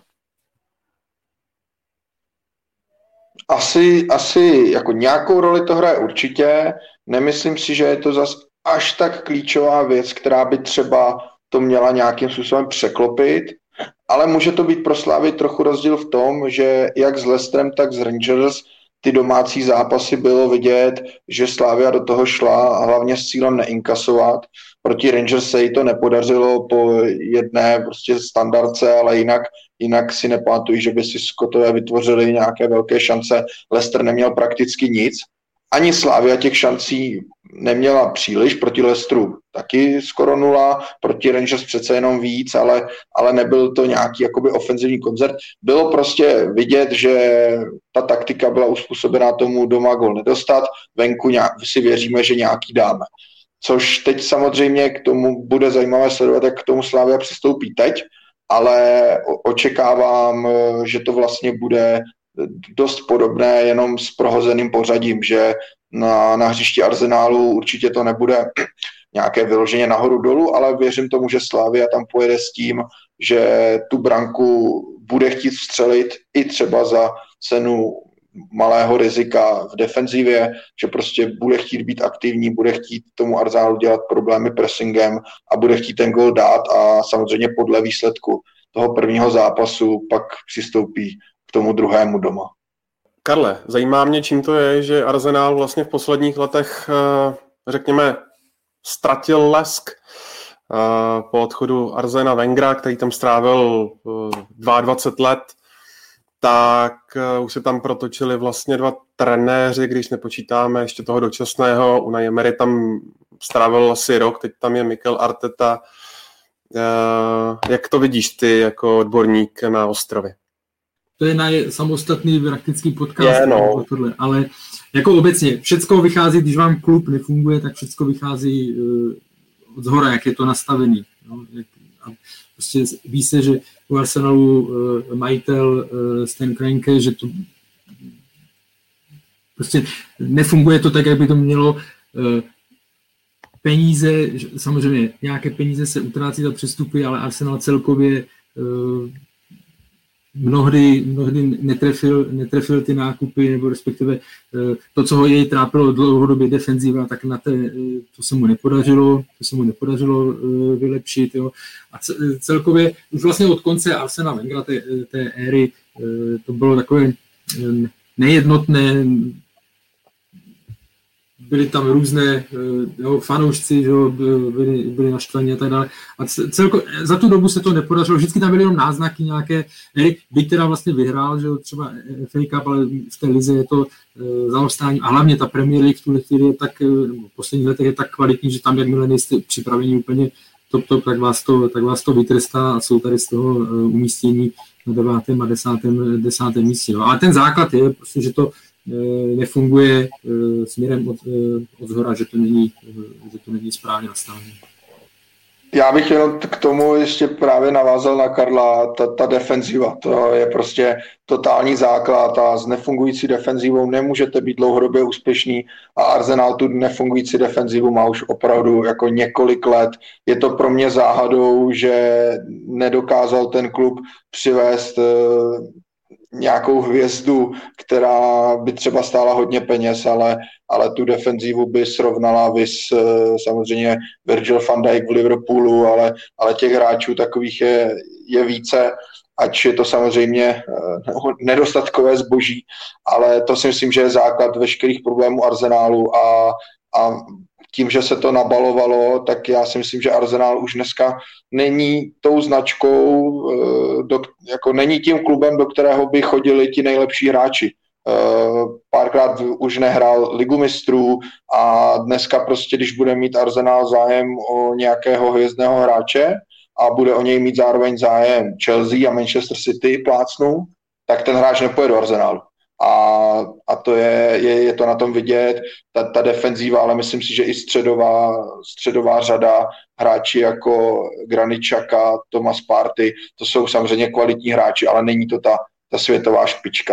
Asi, asi jako nějakou roli to hraje určitě. Nemyslím si, že je to zas až tak klíčová věc, která by třeba to měla nějakým způsobem překlopit, ale může to být pro Slávy trochu rozdíl v tom, že jak s Leicesterem, tak s Rangers ty domácí zápasy bylo vidět, že Slavia do toho šla hlavně s cílem neinkasovat. Proti Rangers se jí to nepodařilo po jedné prostě standardce, ale jinak, jinak si nepamatuji, že by si Skotové vytvořili nějaké velké šance. Leicester neměl prakticky nic. Ani Slavia těch šancí neměla příliš, proti Leicesteru taky skoro nula, proti Rangers přece jenom víc, ale, ale nebyl to nějaký jakoby ofenzivní koncert. Bylo prostě vidět, že ta taktika byla uspůsobená tomu doma gol nedostat, venku nějak, si věříme, že nějaký dáme. Což teď samozřejmě k tomu bude zajímavé sledovat, jak k tomu Slavia přistoupí teď, ale očekávám, že to vlastně bude dost podobné, jenom s prohozeným pořadím, že na, na hřišti Arsenálu určitě to nebude nějaké vyloženě nahoru dolů, ale věřím tomu, že Slavia tam pojede s tím, že tu branku bude chtít vstřelit i třeba za cenu malého rizika v defenzivě, že prostě bude chtít být aktivní, bude chtít tomu Arsenálu dělat problémy pressingem a bude chtít ten gol dát a samozřejmě podle výsledku toho prvního zápasu pak přistoupí k tomu druhému doma. Karle, zajímá mě, čím to je, že Arsenal vlastně v posledních letech, řekněme, ztratil lesk po odchodu Arsena Wengera, který tam strávil dvacet dva let, tak už se tam protočili vlastně dva trenéři, když nepočítáme ještě toho dočasného. Unai Emery tam strávil asi rok, teď tam je Mikel Arteta. Jak to vidíš ty jako odborník na ostrově? To je na samostatný praktický podcast, je, no. tohle. Ale jako obecně, všecko vychází, když vám klub nefunguje, tak všecko vychází uh, od zhora, jak je to nastavený. No? A prostě ví se, že u Arsenalu uh, majitel uh, Stan Kroenke, že to prostě nefunguje to tak, jak by to mělo. Uh, peníze, samozřejmě nějaké peníze se utrácí za přestupy, ale Arsenal celkově uh, mnohdy, mnohdy netrefil, netrefil ty nákupy, nebo respektive to, co ho jej trápilo dlouhodobě defenziva, tak na té, to se mu nepodařilo, to se mu nepodařilo vylepšit. Jo. A celkově už vlastně od konce Arsena Wengera té, té éry to bylo takové nejednotné, byli tam různé jo, fanoušci, jo, byli, byli naštvaní a tak dále. A celko, za tu dobu se to nepodařilo, vždycky tam byly jenom náznaky nějaké éry, byť teda vlastně vyhrál, že jo, třeba F A Cup, ale v té lize je to e, zaostání a hlavně ta Premier League v tuhle chvíli je tak, nebo v posledních letech je tak kvalitní, že tam jakmile nejste připraveni úplně top, top, tak vás to, tak vás to vytrestá a jsou tady z toho e, umístění na devátém a desátém, desátém místě. No. Ale ten základ je prostě, že to nefunguje směrem od, od zhora, že to není, že to není správně nastavené. Já bych jenom k tomu ještě právě navázal na Karla, ta, ta defenziva, to je prostě totální základ a s nefungující defenzivou nemůžete být dlouhodobě úspěšný a Arsenal tu nefungující defenzivu má už opravdu jako několik let. Je to pro mě záhadou, že nedokázal ten klub přivést nějakou hvězdu, která by třeba stála hodně peněz, ale, ale tu defenzivu by srovnala vys samozřejmě Virgil van Dijk v Liverpoolu, ale, ale těch hráčů takových je, je více, ač je to samozřejmě nedostatkové zboží, ale to si myslím, že je základ veškerých problémů Arsenálu a, a tím, že se to nabalovalo, tak já si myslím, že Arsenal už dneska není tou značkou, do, jako není tím klubem, do kterého by chodili ti nejlepší hráči. Párkrát už nehrál Ligu mistrů a dneska prostě, když bude mít Arsenal zájem o nějakého hvězdného hráče a bude o něj mít zároveň zájem Chelsea a Manchester City plácnou, tak ten hráč nepojede do Arsenalu. A, a to je, je, je to na tom vidět, ta, ta defenzíva, ale myslím si, že i středová, středová řada hráči jako Granit Xhaka, Thomas Partey, to jsou samozřejmě kvalitní hráči, ale není to ta, ta světová špička.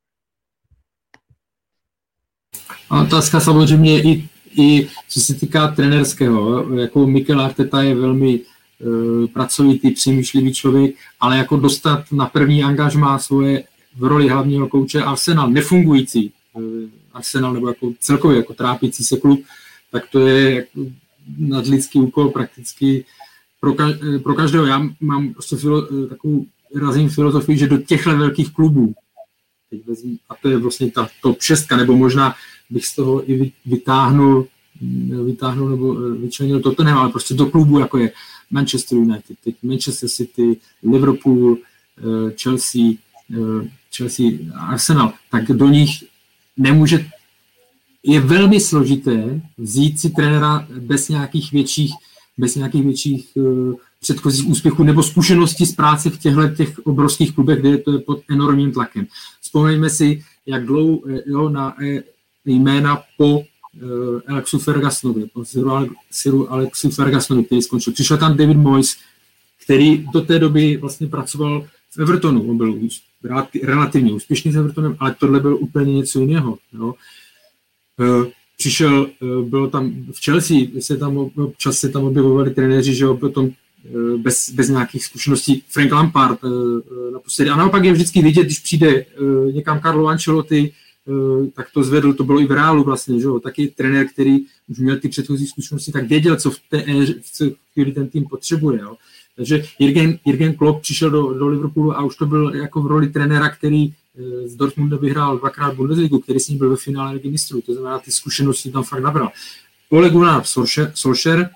A otázka samozřejmě i, i co se týká trenérského, jako Mikel Arteta je velmi uh, pracovitý, přemýšlivý člověk, ale jako dostat na první angažmá svoje v roli hlavního kouče Arsenal, nefungující Arsenal nebo jako celkově jako trápící se klub, tak to je jako nadlidský úkol prakticky pro, ka- pro každého. Já mám prostě filo- takovou razím filozofii, že do těchto velkých klubů, a to je vlastně ta top šestka, nebo možná bych z toho i vytáhnul, vytáhnul nebo vyčlenil Tottenham, ale prostě do klubu, jako je Manchester United, teď Manchester City, Liverpool, Chelsea, Chelsea, Arsenal, tak do nich nemůže, je velmi složité vzít si trenéra bez nějakých větších, bez nějakých větších uh, předchozích úspěchů nebo zkušeností z práce v těchto těch obrovských klubech, kde je to pod enormním tlakem. Vzpomeňme si, jak dlouho jo, na eh, jména po uh, Alexu Fergusonovi, po Siru Alexu Fergusonovi, který skončil. Přišel tam David Moyes, který do té doby vlastně pracoval v Evertonu. On byl relativně úspěšný s Evertonem, ale tohle bylo úplně něco jiného. Jo. Přišel, bylo tam v Chelsea, se tam občas se tam objevovali trenéři, že jo, potom bez, bez nějakých zkušeností Frank Lampard naposledy. A naopak je vždycky vidět, když přijde někam Carlo Ancelotti, tak to zvedl, to bylo i v Reálu vlastně, že jo, taky trenér, který už měl ty předchozí zkušenosti, tak věděl, co v té éře, co chvíli ten tým potřebuje, jo. Takže Jürgen, Jürgen Klopp přišel do, do Liverpoolu a už to byl jako v roli trenéra, který z Dortmundu vyhrál dvakrát Bundesligu, který s ním byl ve finále Ligy mistrů, to znamená, ty zkušenosti tam fakt nabral. Ole Gunnar Solskjaer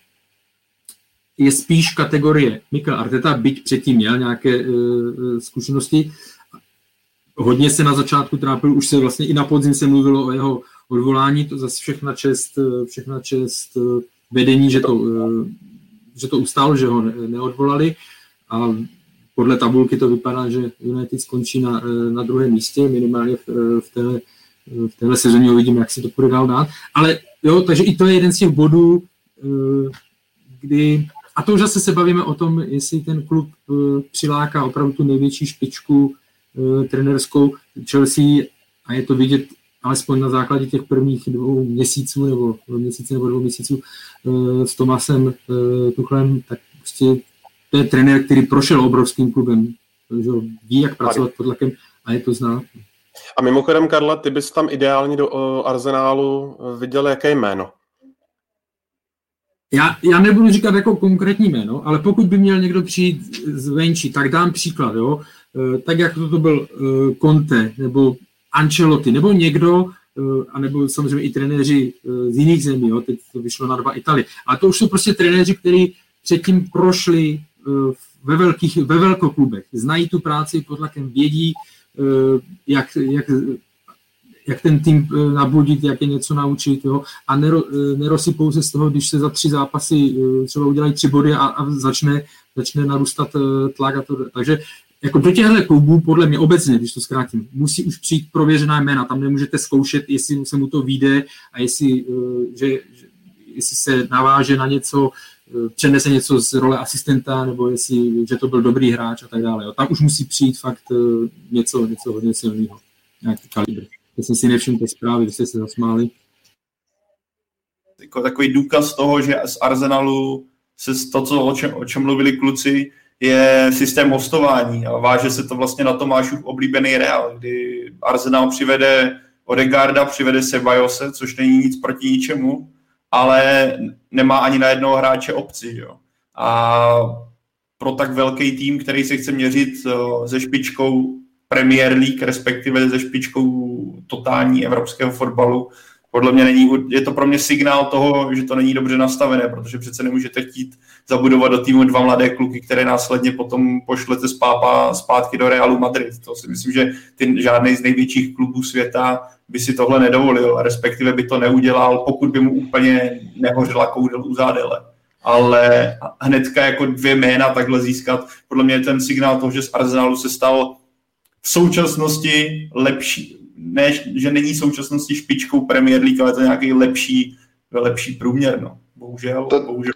je spíš kategorie Mikel Arteta, byť předtím měl nějaké uh, zkušenosti. Hodně se na začátku trápil, už se vlastně i na podzim se mluvilo o jeho odvolání, to zase všechna čest, všechna čest vedení, že to, uh, že to ustálo, že ho ne, neodvolali a podle tabulky to vypadá, že United skončí na, na druhém místě, minimálně v, v, téhle, v téhle sezóně uvidíme, jak se to bude dál dát. Ale jo, takže i to je jeden z těch bodů, kdy, a to už zase se bavíme o tom, jestli ten klub přiláká opravdu tu největší špičku trenerskou Chelsea a je to vidět alespoň na základě těch prvních dvou měsíců nebo měsíce nebo dvou měsíců s Tomasem Tuchlem, tak prostě to je trenér, který prošel obrovským klubem že ví, jak pracovat pod tlakem a je to znát. A mimochodem, Karla, ty bys tam ideálně do uh, Arsenálu viděl jaké jméno? Já, já nebudu říkat jako konkrétní jméno, ale pokud by měl někdo přijít zvenčí, tak dám příklad, jo? Uh, tak jak to, to byl uh, Conte nebo Ancelotti, nebo někdo, uh, anebo samozřejmě i trenéři uh, z jiných zemí, jo? Teď to vyšlo na dva Italie. A to už jsou prostě trenéři, kteří předtím prošli uh, ve velkých, ve velkoklubech, znají tu práci pod tlakem, vědí, Jak, jak, jak ten tým nabudit, jak je něco naučit, jo? A nero, nerosypou se z toho, když se za tři zápasy třeba udělají tři body a, a začne, začne narůstat tlak. A to, takže jako do těchto klubů, podle mě obecně, když to zkrátím, musí už přijít prověřená jména, tam nemůžete zkoušet, jestli se mu to vyjde a jestli, že, že, jestli se naváže na něco, přenese něco z role asistenta, nebo jestli, že to byl dobrý hráč a tak dále. Jo. Tam už musí přijít fakt něco, něco hodně silného, nějaký kalibr. Já jsem si nevšiml té zprávy, když jste se zasmáli. Jako takový důkaz toho, že z Arsenalu se to, co, o, čem, o čem mluvili kluci, je systém hostování. A váže se to vlastně na Tomášův oblíbený Real, kdy Arsenal přivede Odegaarda, přivede Sebajose, což není nic proti ničemu, ale nemá ani na jednoho hráče opci. Jo. A pro tak velký tým, který se chce měřit se špičkou Premier League, respektive se špičkou totální evropského fotbalu, podle mě není, je to pro mě signál toho, že to není dobře nastavené, protože přece nemůžete chtít zabudovat do týmu dva mladé kluky, které následně potom pošlete z pápa zpátky do Realu Madrid. To si myslím, že ty, žádný z největších klubů světa by si tohle nedovolil, respektive by to neudělal, pokud by mu úplně nehořela koudel u zádele. Ale hnedka jako dvě jména takhle získat, podle mě je ten signál toho, že z Arsenalu se stal v současnosti lepší, ne, že není v současnosti špičkou Premier League, ale to je nějaký lepší, lepší průměr, no. Bohužel, to, bohužel.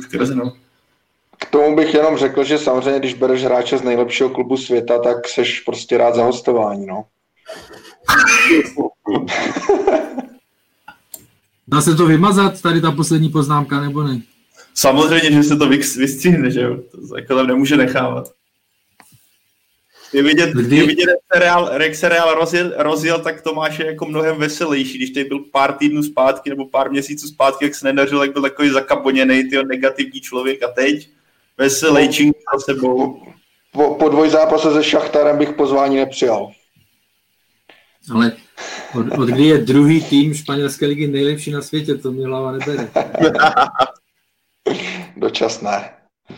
K tomu bych jenom řekl, že samozřejmě, když bereš hráče z nejlepšího klubu světa, tak seš prostě rád za hostování, no. Dá se to vymazat, tady ta poslední poznámka, nebo ne? Samozřejmě, že se to vystřihne, že jo, to jako tam nemůže nechávat. Je vidět, je vidět jak se Real rozjel, rozjel, tak Tomáš je jako mnohem veselější. Když tady byl pár týdnů zpátky nebo pár měsíců zpátky, jak se nedařil, jak byl takový zakaboněnej, tyjo, negativní člověk a teď veselější za sebou. Po, po dvojzápase se Šachtarem bych pozvání nepřijal. Ale od, od kdy je druhý tým španělské ligy nejlepší na světě, to mi hlava nebere. Dočasné.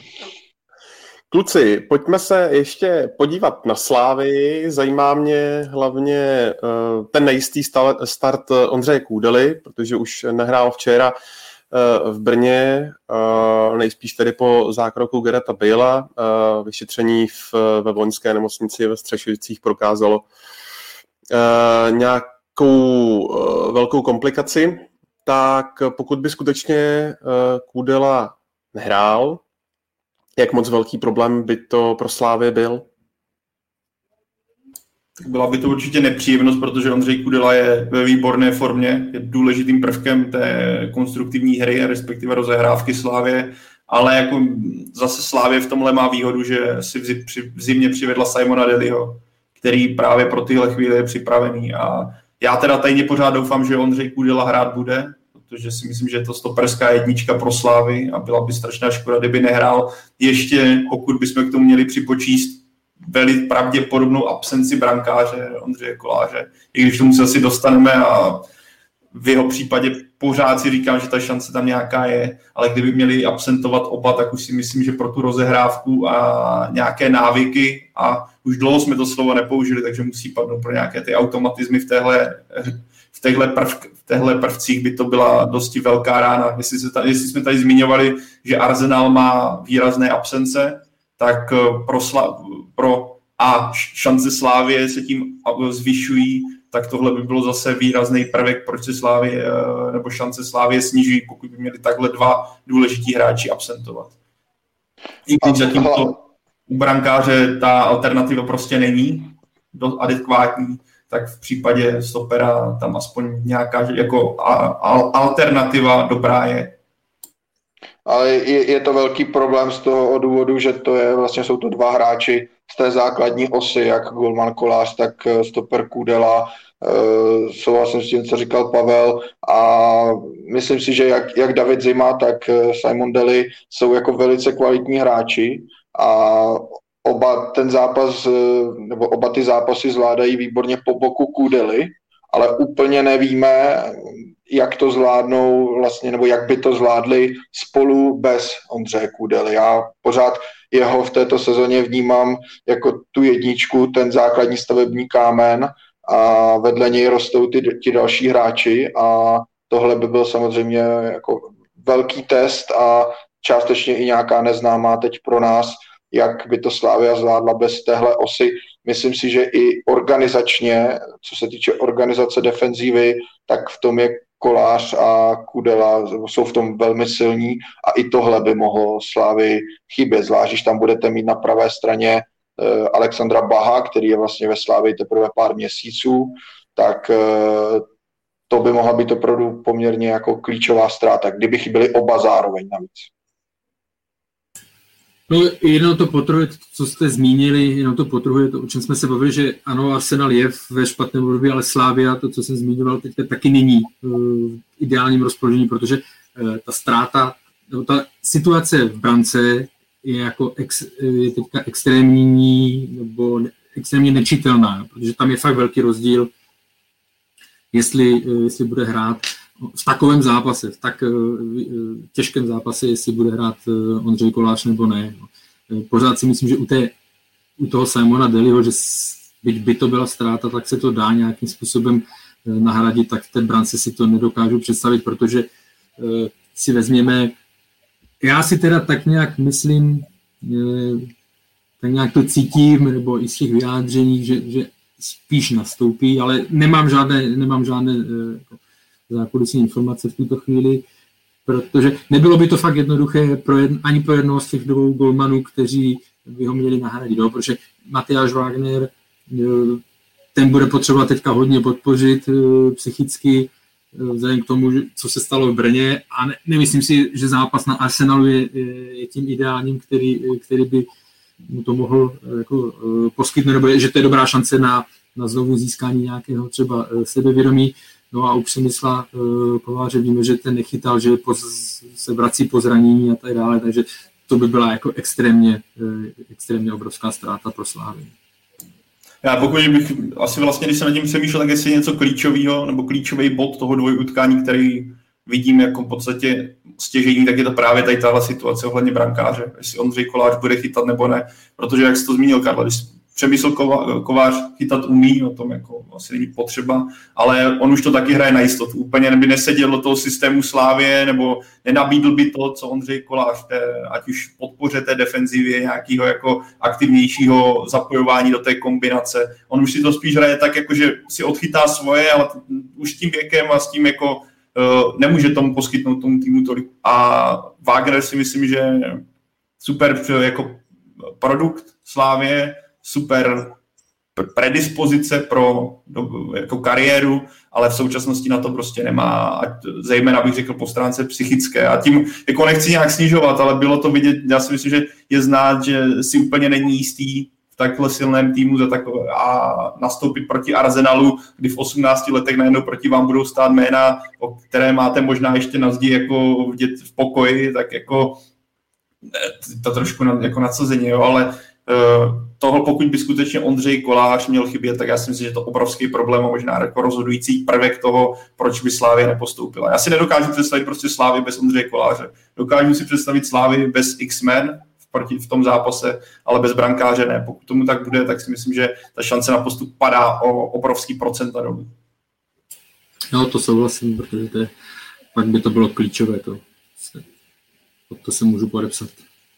Kluci, pojďme se ještě podívat na Slávii. Zajímá mě hlavně uh, ten nejistý start Ondřeje Kůdely, protože už nehrál včera uh, v Brně, uh, nejspíš tedy po zákroku Gareta Bale'a. Uh, vyšetření v, ve vojenské nemocnici ve Střešovicích prokázalo uh, nějakou uh, velkou komplikaci. Tak pokud by skutečně uh, Kůdela nehrál, jak moc velký problém by to pro Slávy byl? Byla by to určitě nepříjemnost, protože Ondřej Kůdela je ve výborné formě, je důležitým prvkem té konstruktivní hry, respektive rozehrávky Slávě, ale jako zase Slávě v tomhle má výhodu, že si v zimě přivedla Simona Deliho, který právě pro tyhle chvíle je připravený. A já teda tajně pořád doufám, že Ondřej Kůdela hrát bude, protože si myslím, že je to stoperská jednička pro Slávy a byla by strašná škoda, kdyby nehrál. Ještě, pokud bychom k tomu měli připočíst velmi pravděpodobnou absenci brankáře Ondřeje Koláře, i když tomu se asi dostaneme a v jeho případě pořád si říkám, že ta šance tam nějaká je, ale kdyby měli absentovat oba, tak už si myslím, že pro tu rozehrávku a nějaké návyky, a už dlouho jsme to slovo nepoužili, takže musí padnout pro nějaké ty automatizmy v téhle v těchto prv, prvcích by to byla dosti velká rána. Jestli, se tady, jestli jsme tady zmiňovali, že Arsenal má výrazné absence, tak pro, sla, pro a šance Slávie se tím zvyšují, tak tohle by bylo zase výrazný prvek, proč se Slávie, nebo šance Slávie snižují, pokud by měli takhle dva důležití hráči absentovat. I když zatím to u brankáře ta alternativa prostě není adekvátní, tak v případě stopera tam aspoň nějaká jako a, a, alternativa dobrá je. ale je, je to velký problém z toho důvodu, že to je, vlastně jsou to dva hráči z té základní osy, jak golman Kolář, tak stoper Kudela. Uh, souhlasím s tím, co říkal Pavel, a myslím si, že jak, jak David Zima, tak Simon Daly jsou jako velice kvalitní hráči a oba ten zápas, nebo oba ty zápasy zvládají výborně po boku Kudely, ale úplně nevíme, jak to zvládnou vlastně, nebo jak by to zvládli spolu bez Ondřeje Kudely. Já pořád jeho v této sezóně vnímám jako tu jedničku, ten základní stavební kámen, a vedle něj rostou ty, ti další hráči a tohle by byl samozřejmě jako velký test a částečně i nějaká neznámá teď pro nás, jak by to Slavia zvládla bez téhle osy. Myslím si, že i organizačně, co se týče organizace defenzívy, tak v tom je Kolář a Kudela, jsou v tom velmi silní a i tohle by mohlo Slavii chybět, zvlášť, když tam budete mít na pravé straně Alexandra Baha, který je vlastně ve Slavii teprve pár měsíců, tak to by mohla být opravdu poměrně jako klíčová ztráta, kdyby chyběli oba zároveň navíc. No, jenom to potrhuje, co jste zmínili, jenom to potrhuje to, o čem jsme se bavili, že ano, Arsenal je ve špatném období, ale Slavia, to, co jsem zmiňoval teďka, taky není v ideálním rozpoložení, protože ta ztráta, ta situace v brance je jako ex, je teďka extrémní nebo extrémně nečitelná, protože tam je fakt velký rozdíl, jestli, jestli bude hrát v takovém zápase, v tak těžkém zápase, jestli bude hrát Ondřej Kolář nebo ne. Pořád si myslím, že u, té, u toho Simona Dalyho, že byť by to byla ztráta, tak se to dá nějakým způsobem nahradit, tak v té brance si to nedokážu představit, protože si vezměme. Já si teda tak nějak myslím, tak nějak to cítím, nebo i z těch vyjádření, že, že spíš nastoupí, ale nemám žádné, nemám žádné zákulisní informace v tuto chvíli, protože nebylo by to fakt jednoduché pro jedno, ani pro jednoho z těch dvou golmanů, kteří by ho měli nahradit, no, protože Matyáš Wagner, ten bude potřebovat teďka hodně podpořit psychicky, vzhledem k tomu, co se stalo v Brně, a ne, nemyslím si, že zápas na Arsenalu je, je tím ideálním, který, který by mu to mohl jako, poskytnout, nebo že to je dobrá šance na, na znovu získání nějakého třeba sebevědomí. No a u Přemysla Kováře víme, že ten nechytal, že po, se vrací po zranění a tak dále, takže to by byla jako extrémně, extrémně obrovská ztráta pro Slávy. Já pokud bych asi vlastně, když jsem nad tím přemýšlel, tak jestli něco klíčového, nebo klíčový bod toho dvojutkání, který vidím jako v podstatě stěžení, tak je to právě tady tahle situace ohledně brankáře, jestli Ondřej Kolář bude chytat nebo ne, protože jak jsi to zmínil, Karla, když Přemysl Kovář chytat umí, o tom jako asi není potřeba, ale on už to taky hraje na jistotu. Úplně by neseděl do toho systému Slávie, nebo nenabídl by to, co Ondřej Kolář, ať už podpoře té defenzivě, nějakého jako aktivnějšího zapojování do té kombinace. On už si to spíš hraje tak, jako že si odchytá svoje, ale už tím věkem a s tím jako uh, nemůže tomu poskytnout tomu týmu tolik. A Wagner si myslím, že super jako produkt Slávie, super predispozice pro jako kariéru, ale v současnosti na to prostě nemá, ať, zejména bych řekl po stránce psychické. A tím jako nechci nějak snižovat, ale bylo to vidět, já si myslím, že je znát, že si úplně není jistý v takhle silném týmu za takové, a nastoupit proti Arsenalu, kdy v osmnácti letech najednou proti vám budou stát jména, o které máte možná ještě na zdi jako vidět v pokoji, tak jako to trošku nad, jako nadsazení, jo, ale uh, toho, pokud by skutečně Ondřej Kolář měl chybět, tak já si myslím, že je to obrovský problém a možná jako rozhodující prvek toho, proč by Slavia nepostoupila. Já si nedokážu představit prostě Slavii bez Ondřeje Koláře. Dokážu si představit Slavii bez X-Men v, v tom zápase, ale bez brankáře ne. Pokud tomu tak bude, tak si myslím, že ta šance na postup padá o obrovský procenta dolů. No, to souhlasím, protože to je, pak by to bylo klíčové. To se, to se můžu podepsat.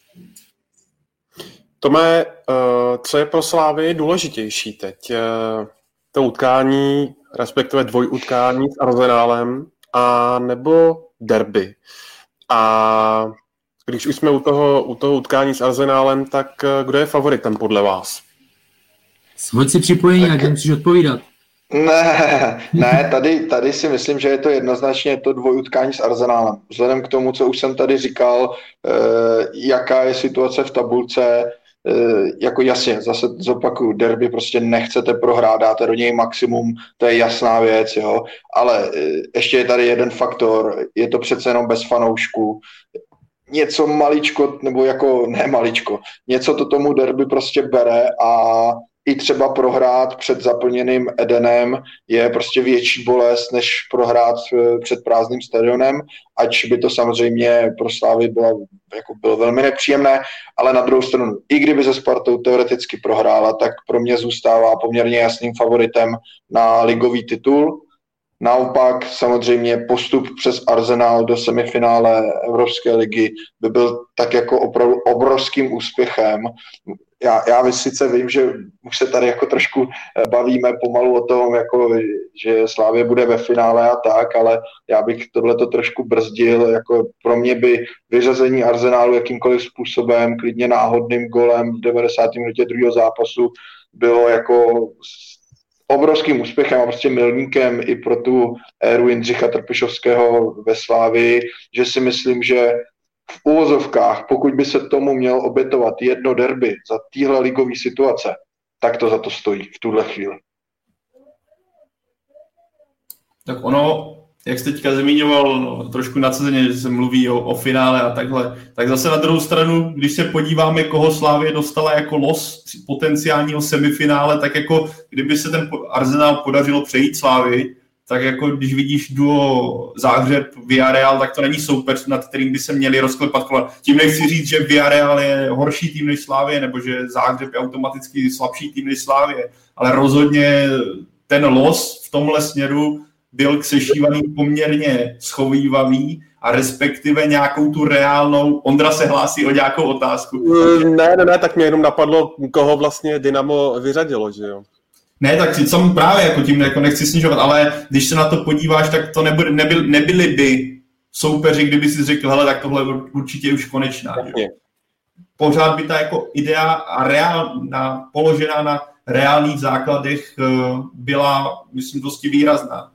Tome, co je pro Slávy důležitější teď? To utkání, respektive dvojutkání s Arsenálem, a nebo derby? A když už jsme u toho, u toho utkání s Arsenálem, tak kdo je favoritem podle vás? Hoď si připojení, jak nemusíš odpovídat. Ne, ne, tady, tady si myslím, že je to jednoznačně to dvojutkání s Arsenálem. Vzhledem k tomu, co už jsem tady říkal, eh, jaká je situace v tabulce, eh, jako jasně, zase zopakuju, derby prostě nechcete prohrát, dáte do něj maximum, to je jasná věc, jo, ale eh, ještě je tady jeden faktor, je to přece jenom bez fanoušků, něco maličko, nebo jako ne maličko, něco to tomu derby prostě bere a i třeba prohrát před zaplněným Edenem je prostě větší bolest, než prohrát před prázdným stadionem, ač by to samozřejmě pro Slávy bylo, jako bylo velmi nepříjemné, ale na druhou stranu, i kdyby se Spartou teoreticky prohrála, tak pro mě zůstává poměrně jasným favoritem na ligový titul. Naopak samozřejmě postup přes Arsenal do semifinále Evropské ligy by byl tak jako opravdu obrovským úspěchem. Já, já sice vím, že už se tady jako trošku bavíme pomalu o tom, jako, že Slavia bude ve finále a tak, ale já bych tohleto trošku brzdil. Jako pro mě by vyřazení Arsenalu jakýmkoliv způsobem, klidně náhodným golem v devadesáté minutě druhého zápasu bylo jako obrovským úspěchem a prostě milníkem i pro tu éru Jindřicha Trpišovského ve Slávii, že si myslím, že v uvozovkách, pokud by se tomu měl obětovat jedno derby za téhle ligové situace, tak to za to stojí v tuhle chvíli. Tak ono, jak jste teďka zmiňoval, no, trošku nadsazeně, že se mluví o, o finále a takhle, tak zase na druhou stranu, když se podíváme, koho Slavie dostala jako los potenciálního semifinále, tak jako kdyby se ten Arsenal podařilo přejít Slavii, tak jako když vidíš duo Záhřeb, Villarreal, tak to není soupeř, nad kterým by se měli rozklepat kola. Tím nechci říct, že Villarreal je horší tým než Slavie, nebo že Záhřeb je automaticky slabší tým než Slavie, ale rozhodně ten los v tomhle směru byl k sešívaný poměrně schovývavý a respektive nějakou tu reálnou... Ondra se hlásí o nějakou otázku. Ne, ne, ne, tak mě jenom napadlo, koho vlastně Dynamo vyřadilo, že jo? Ne, tak jsem právě jako tím jako nechci snižovat, ale když se na to podíváš, tak to nebyly, nebyly, nebyly by soupeři, kdyby si řekl, hele, tak tohle určitě už konečná. Pořád by ta jako idea a reál, na, položená na reálných základech byla, myslím, dosti výrazná.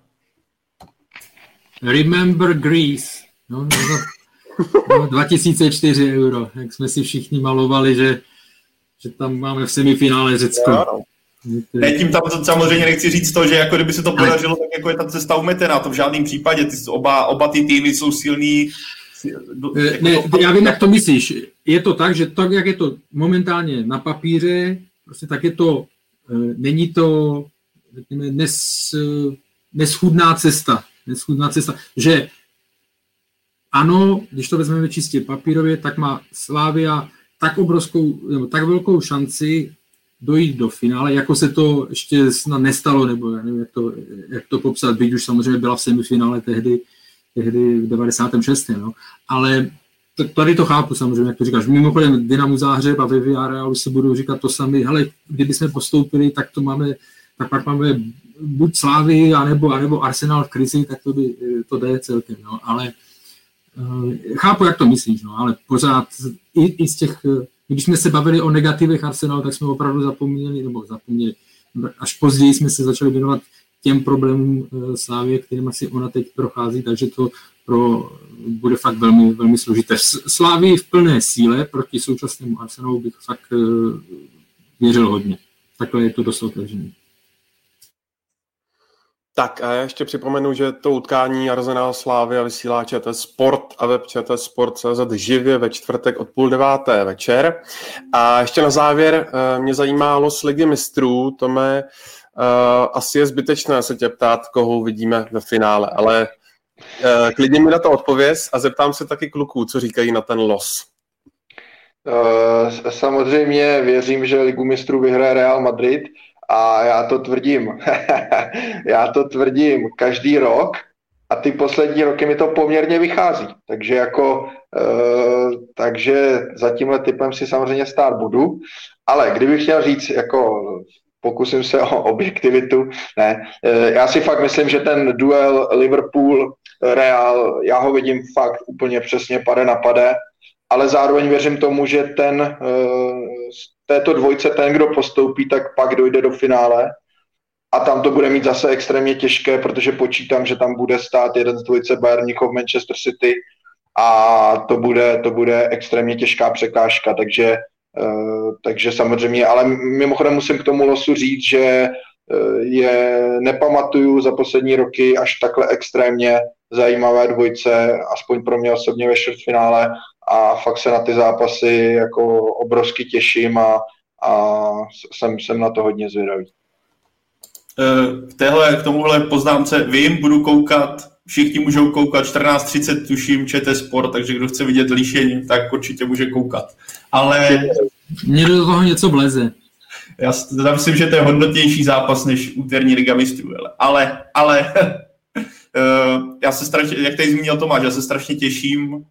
Remember Greece. No, no, no, dva tisíce čtyři euro, jak jsme si všichni malovali, že, že tam máme v semifinále Řecko. Ja, no. Ne, tím tam samozřejmě nechci říct to, že jako kdyby se to podařilo, tak jako je ta cesta umetená, to v žádném případě, ty, oba, oba ty týmy jsou silný. Jako ne, to... Já vím, jak to myslíš. Je to tak, že tak, jak je to momentálně na papíře, prostě tak je to, není to nes, neschudná cesta, neschudná cesta, že ano, když to vezmeme čistě papírově, tak má Slavia tak obrovskou, nebo tak velkou šanci dojít do finále, jako se to ještě snad nestalo, nebo já nevím, jak to, jak to popsat, byť už samozřejmě byla v semifinále tehdy, tehdy v devadesátém šestém No. Ale tady to chápu samozřejmě, jak to říkáš. Mimochodem Dynamo Záhřeb a ve Villarrealu si budou říkat to sami, hele, kdyby jsme postoupili, tak to máme, tak pak máme buď Slávy, anebo, anebo Arsenal v krizi, tak to, by, to jde celkem, no. Ale uh, chápu, jak to myslíš, no, ale pořád i, i z těch, když jsme se bavili o negativech Arsenalu, tak jsme opravdu zapomněli, nebo zapomněli, až později jsme se začali věnovat těm problémům uh, Slávy, kterým asi ona teď prochází, takže to pro, bude fakt velmi, velmi složité. Slávy v plné síle proti současnému Arsenalu bych fakt uh, věřil hodně. Takhle je to dost otevřené. Tak a já ještě připomenu, že to utkání Arsenal Slavia vysílá ČT Sport a web Č T Sport tečka cé zet živě ve čtvrtek od půl deváté večer. A ještě na závěr mě zajímá los Ligy mistrů. Tome, asi je zbytečné se tě ptát, koho vidíme ve finále, ale klidně mi na to odpověz a zeptám se taky kluků, co říkají na ten los. Samozřejmě věřím, že Ligu mistrů vyhraje Real Madrid. A já to tvrdím, já to tvrdím každý rok a ty poslední roky mi to poměrně vychází. Takže jako, e, takže za tímhle typem si samozřejmě stát budu. Ale kdybych chtěl říct, jako pokusím se o objektivitu, ne, e, já si fakt myslím, že ten duel Liverpool-Real, já ho vidím fakt úplně přesně pade na pade, ale zároveň věřím tomu, že ten e, této dvojce ten, kdo postoupí, tak pak dojde do finále. a tam to bude mít zase extrémně těžké, protože počítám, že tam bude stát jeden z dvojice Bayern Mnichov Manchester City a to bude, to bude extrémně těžká překážka, takže, uh, takže samozřejmě, ale mimochodem musím k tomu losu říct, že uh, je nepamatuju za poslední roky až takhle extrémně zajímavé dvojce, aspoň pro mě osobně ve čtvrtfinále a fakt se na ty zápasy jako obrovsky těším a, a jsem, jsem na to hodně zvědavý. K téhle, k tomuhle poznámce vím, budu koukat, všichni můžou koukat, čtrnáct třicet tuším, ČT Sport, takže kdo chce vidět líšení, tak určitě může koukat. Ale... Mně do toho něco vleze. Já teda myslím, že to je hodnotnější zápas než úterní Liga mistrů, ale, ale já se strašně, jak tady zmínil Tomáš, já se strašně těším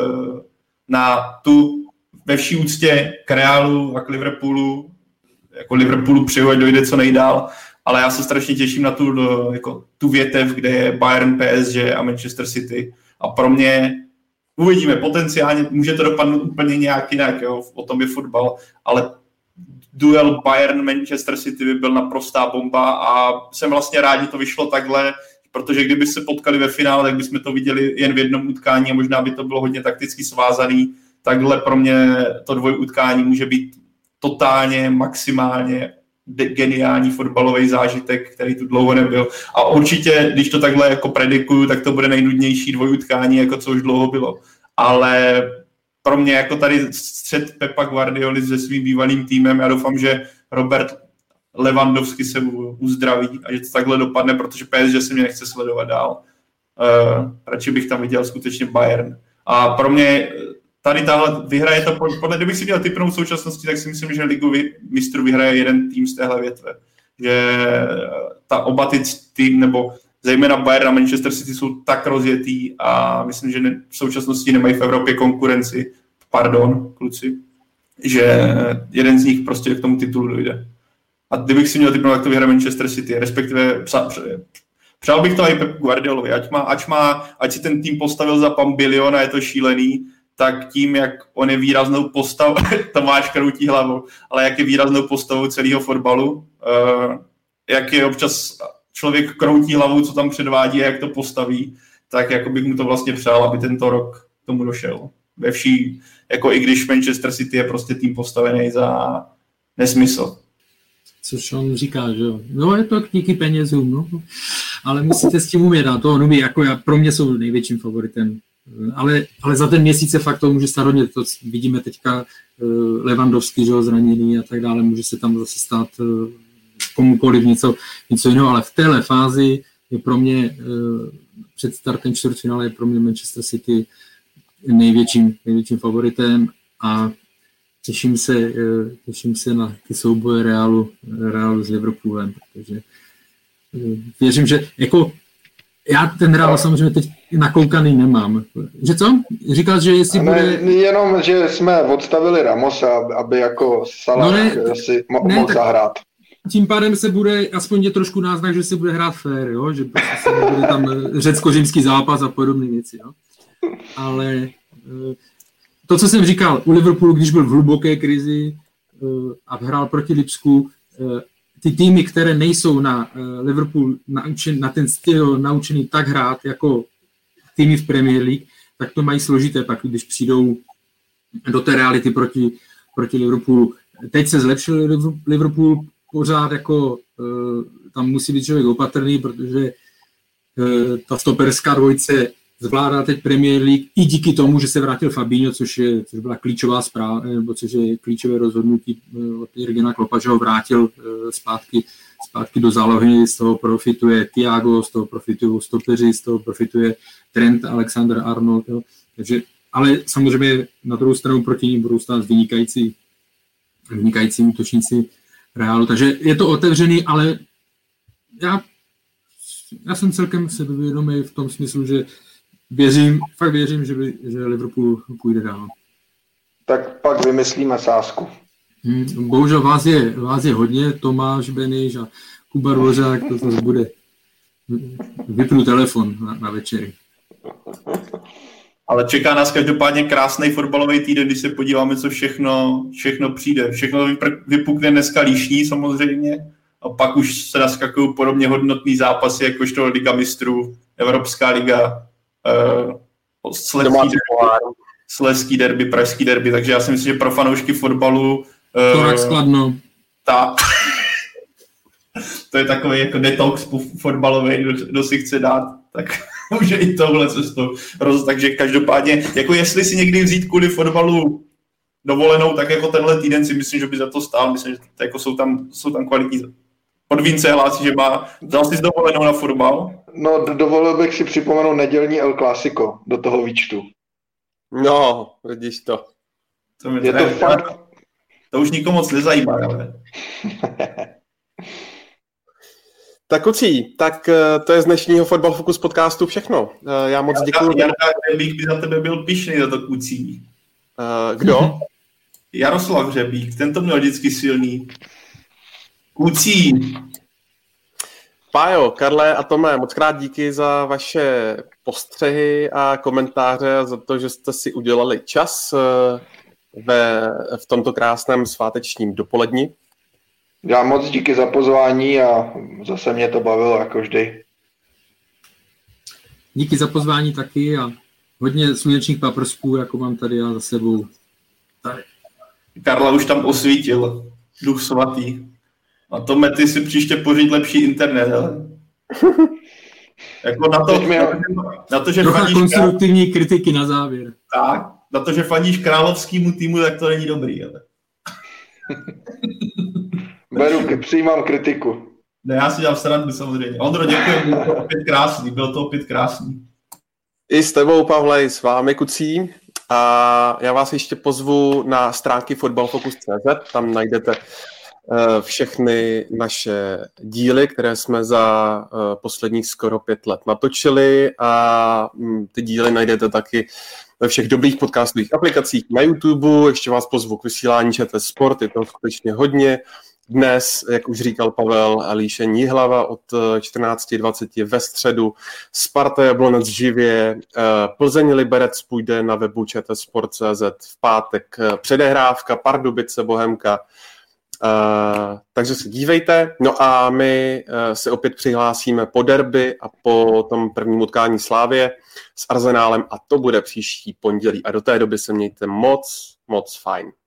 na tu ve vší úctě k Realu a k Liverpoolu, jako Liverpoolu přeju, ať dojde co nejdál, ale já se strašně těším na tu, jako, tu větev, kde je Bayern, P S G a Manchester City a pro mě uvidíme potenciálně, může to dopadnout úplně nějak jinak, jo, o tom je fotbal, ale duel Bayern-Manchester City by byl naprostá bomba a jsem vlastně rád, že to vyšlo takhle, protože kdyby se potkali ve finále, tak bychom to viděli jen v jednom utkání a možná by to bylo hodně takticky svázaný. Takhle pro mě to dvojutkání může být totálně, maximálně geniální fotbalový zážitek, který tu dlouho nebyl. A určitě, když to takhle jako predikuju, tak to bude nejnudnější dvojutkání, jako co už dlouho bylo. Ale pro mě jako tady střed Pepa Guardioli se svým bývalým týmem, já doufám, že Robert Lewandowski se uzdraví a že to takhle dopadne, protože P S G se mě nechce sledovat dál. Uh, radši bych tam viděl skutečně Bayern. A pro mě tady tahle vyhraje to, podle, kdybych si měl typnout v současnosti, tak si myslím, že Ligu mistrů vyhraje jeden tým z téhle větve. Že ta oba ty tým, nebo zejména Bayern a Manchester City jsou tak rozjetý a myslím, že ne, v současnosti nemají v Evropě konkurenci, pardon, kluci, že jeden z nich prostě k tomu titulu dojde. A kdybych si měl typnout, tak to vyhraje Manchester City, respektive psa, přál bych to i Pep Guardiolovi, ať, má, ať, má, ať si ten tým postavil za pan bilion a je to šílený, tak tím, jak on je výraznou postavou, Tomáš kroutí hlavou, ale jak je výraznou postavou celého fotbalu, uh, jak je občas člověk kroutí hlavou, co tam předvádí a jak to postaví, tak jako bych mu to vlastně přál, aby tento rok tomu došel. Ve vší, jako i když Manchester City je prostě tým postavený za nesmysl. Což on říká, že jo. No je to díky penězům, no. Ale musíte s tím umět a to Nubi, jako já, pro mě jsou největším favoritem. Ale, ale za ten měsíc se fakt to může stát hodně. To vidíme teďka Lewandowski, že jo, zraněný a tak dále, může se tam zase stát komukoliv něco, něco jiného, ale v téhle fázi je pro mě před startem čtvrtfinále je pro mě Manchester City největším, největším favoritem a těším se, těším se na ty souboje Realu, Realu s Liverpoolem, protože věřím, že jako já ten Real samozřejmě teď nakoukaný nemám. Že co? Říkal, že jestli ne, bude... Jenom, že jsme odstavili Ramosa, aby jako Salah no ne, si mo- ne, mohl zahrát. Tím pádem se bude, aspoň je trošku náznak, že se bude hrát fair, jo? Že prostě se bude tam řecko-římský zápas a podobné věci. Jo? Ale to, co jsem říkal, u Liverpoolu, když byl v hluboké krizi a hrál proti Lipsku, ty týmy, které nejsou na Liverpool naučen, na ten styl naučený tak hrát jako týmy v Premier League, tak to mají složité pak, když přijdou do té reality proti, proti Liverpoolu. Teď se zlepšil Liverpool, pořád jako tam musí být člověk opatrný, protože ta stoperská dvojice zvládá teď Premier League i díky tomu, že se vrátil Fabinho, což, je, což byla klíčová zpráva, nebo což je klíčové rozhodnutí od Jurgena Kloppa, že ho vrátil zpátky, zpátky do zálohy, z toho profituje Thiago, z toho profitují stopeři, z toho profituje Trent, Alexander-Arnold. Jo. Takže, ale samozřejmě na druhou stranu proti ním budou stát vynikající, vynikající útočníci Realu. Takže je to otevřený, ale já, já jsem celkem sebevědomý v tom smyslu, že věřím, fakt věřím, že, by, že Liverpool půjde dál. Tak pak vymyslíme sázku. Hmm, bohužel vás je, vás je hodně, Tomáš Beniš a Kuba Dvořák, to zase bude. Vypnu telefon na, na večery. Ale čeká nás každopádně krásný fotbalový týden, když se podíváme, co všechno, všechno přijde. Všechno vypukne dneska Líšní samozřejmě, a pak už se naskakují podobně hodnotný zápasy, jakožto Liga mistrů, Evropská liga, uh, Slezský derby, Slezský derby, Pražský derby, takže já si myslím, že pro fanoušky fotbalu uh, Torak Skladno. Ta, to je takový jako detox fotbalový, kdo, kdo si chce dát, tak může i tohle cestou roz, takže každopádně, jako jestli si někdy vzít kvůli fotbalu dovolenou, tak jako tenhle týden si myslím, že by za to stál, myslím, že to jako jsou tam, jsou tam kvalitní. Podvínce hlásí, že má, dal jsi dovolenou na fotbal? No, dovolil bych si připomenout nedělní El Clásico do toho výčtu. No, vidíš to. To, je to, fakt... to už nikomu moc nezajímá, ale... Tak kucí, tak to je z dnešního Fotbal Focus podcastu všechno. Já moc děkuju. Jarda Hřebík by za tebe byl pyšný za to kucí. Kdo? Jaroslav Hřebík, ten to měl vždycky silný. Kucí. Pájo, Karle a Tome, moc krát díky za vaše postřehy a komentáře a za to, že jste si udělali čas ve, v tomto krásném svátečním dopoledni. Já moc díky za pozvání a zase mě to bavilo jako vždy. Díky za pozvání taky a hodně slunečních paprsků, jako mám tady já za sebou. Tady. Karla už tam osvítil, duch svatý. A to Mety si příště pořídit lepší internet, ale... jako na to, mě... na to že trocha faníš konstruktivní král... kritiky na závěr. Tak, na to, že faníš královskému týmu, tak to není dobrý, ale... Beru, přijímám kritiku. Ne, já si dělám srandu samozřejmě. Ondro, děkuji, byl to opět krásný, byl to opět krásný. I s tebou, Pavle, i s vámi, Kucí. A já vás ještě pozvu na stránky fotbalfocus tečka cé zet, tam najdete všechny naše díly, které jsme za posledních skoro pět let natočili a ty díly najdete taky ve všech dobrých podcastových aplikacích na YouTube. Ještě vás pozvu k vysílání ČT Sport, je to skutečně hodně. Dnes, jak už říkal Pavel, Líšen Jihlava od čtrnáct dvacet ve středu, Sparta Jablonec živě, Plzeň Liberec půjde na webu čtsport tečka cé zet v pátek předehrávka, Pardubice Bohemka. Uh, takže se dívejte, no a my uh, se opět přihlásíme po derby a po tom prvním utkání Slávie s Arsenálem a to bude příští pondělí a do té doby se mějte moc, moc fajn.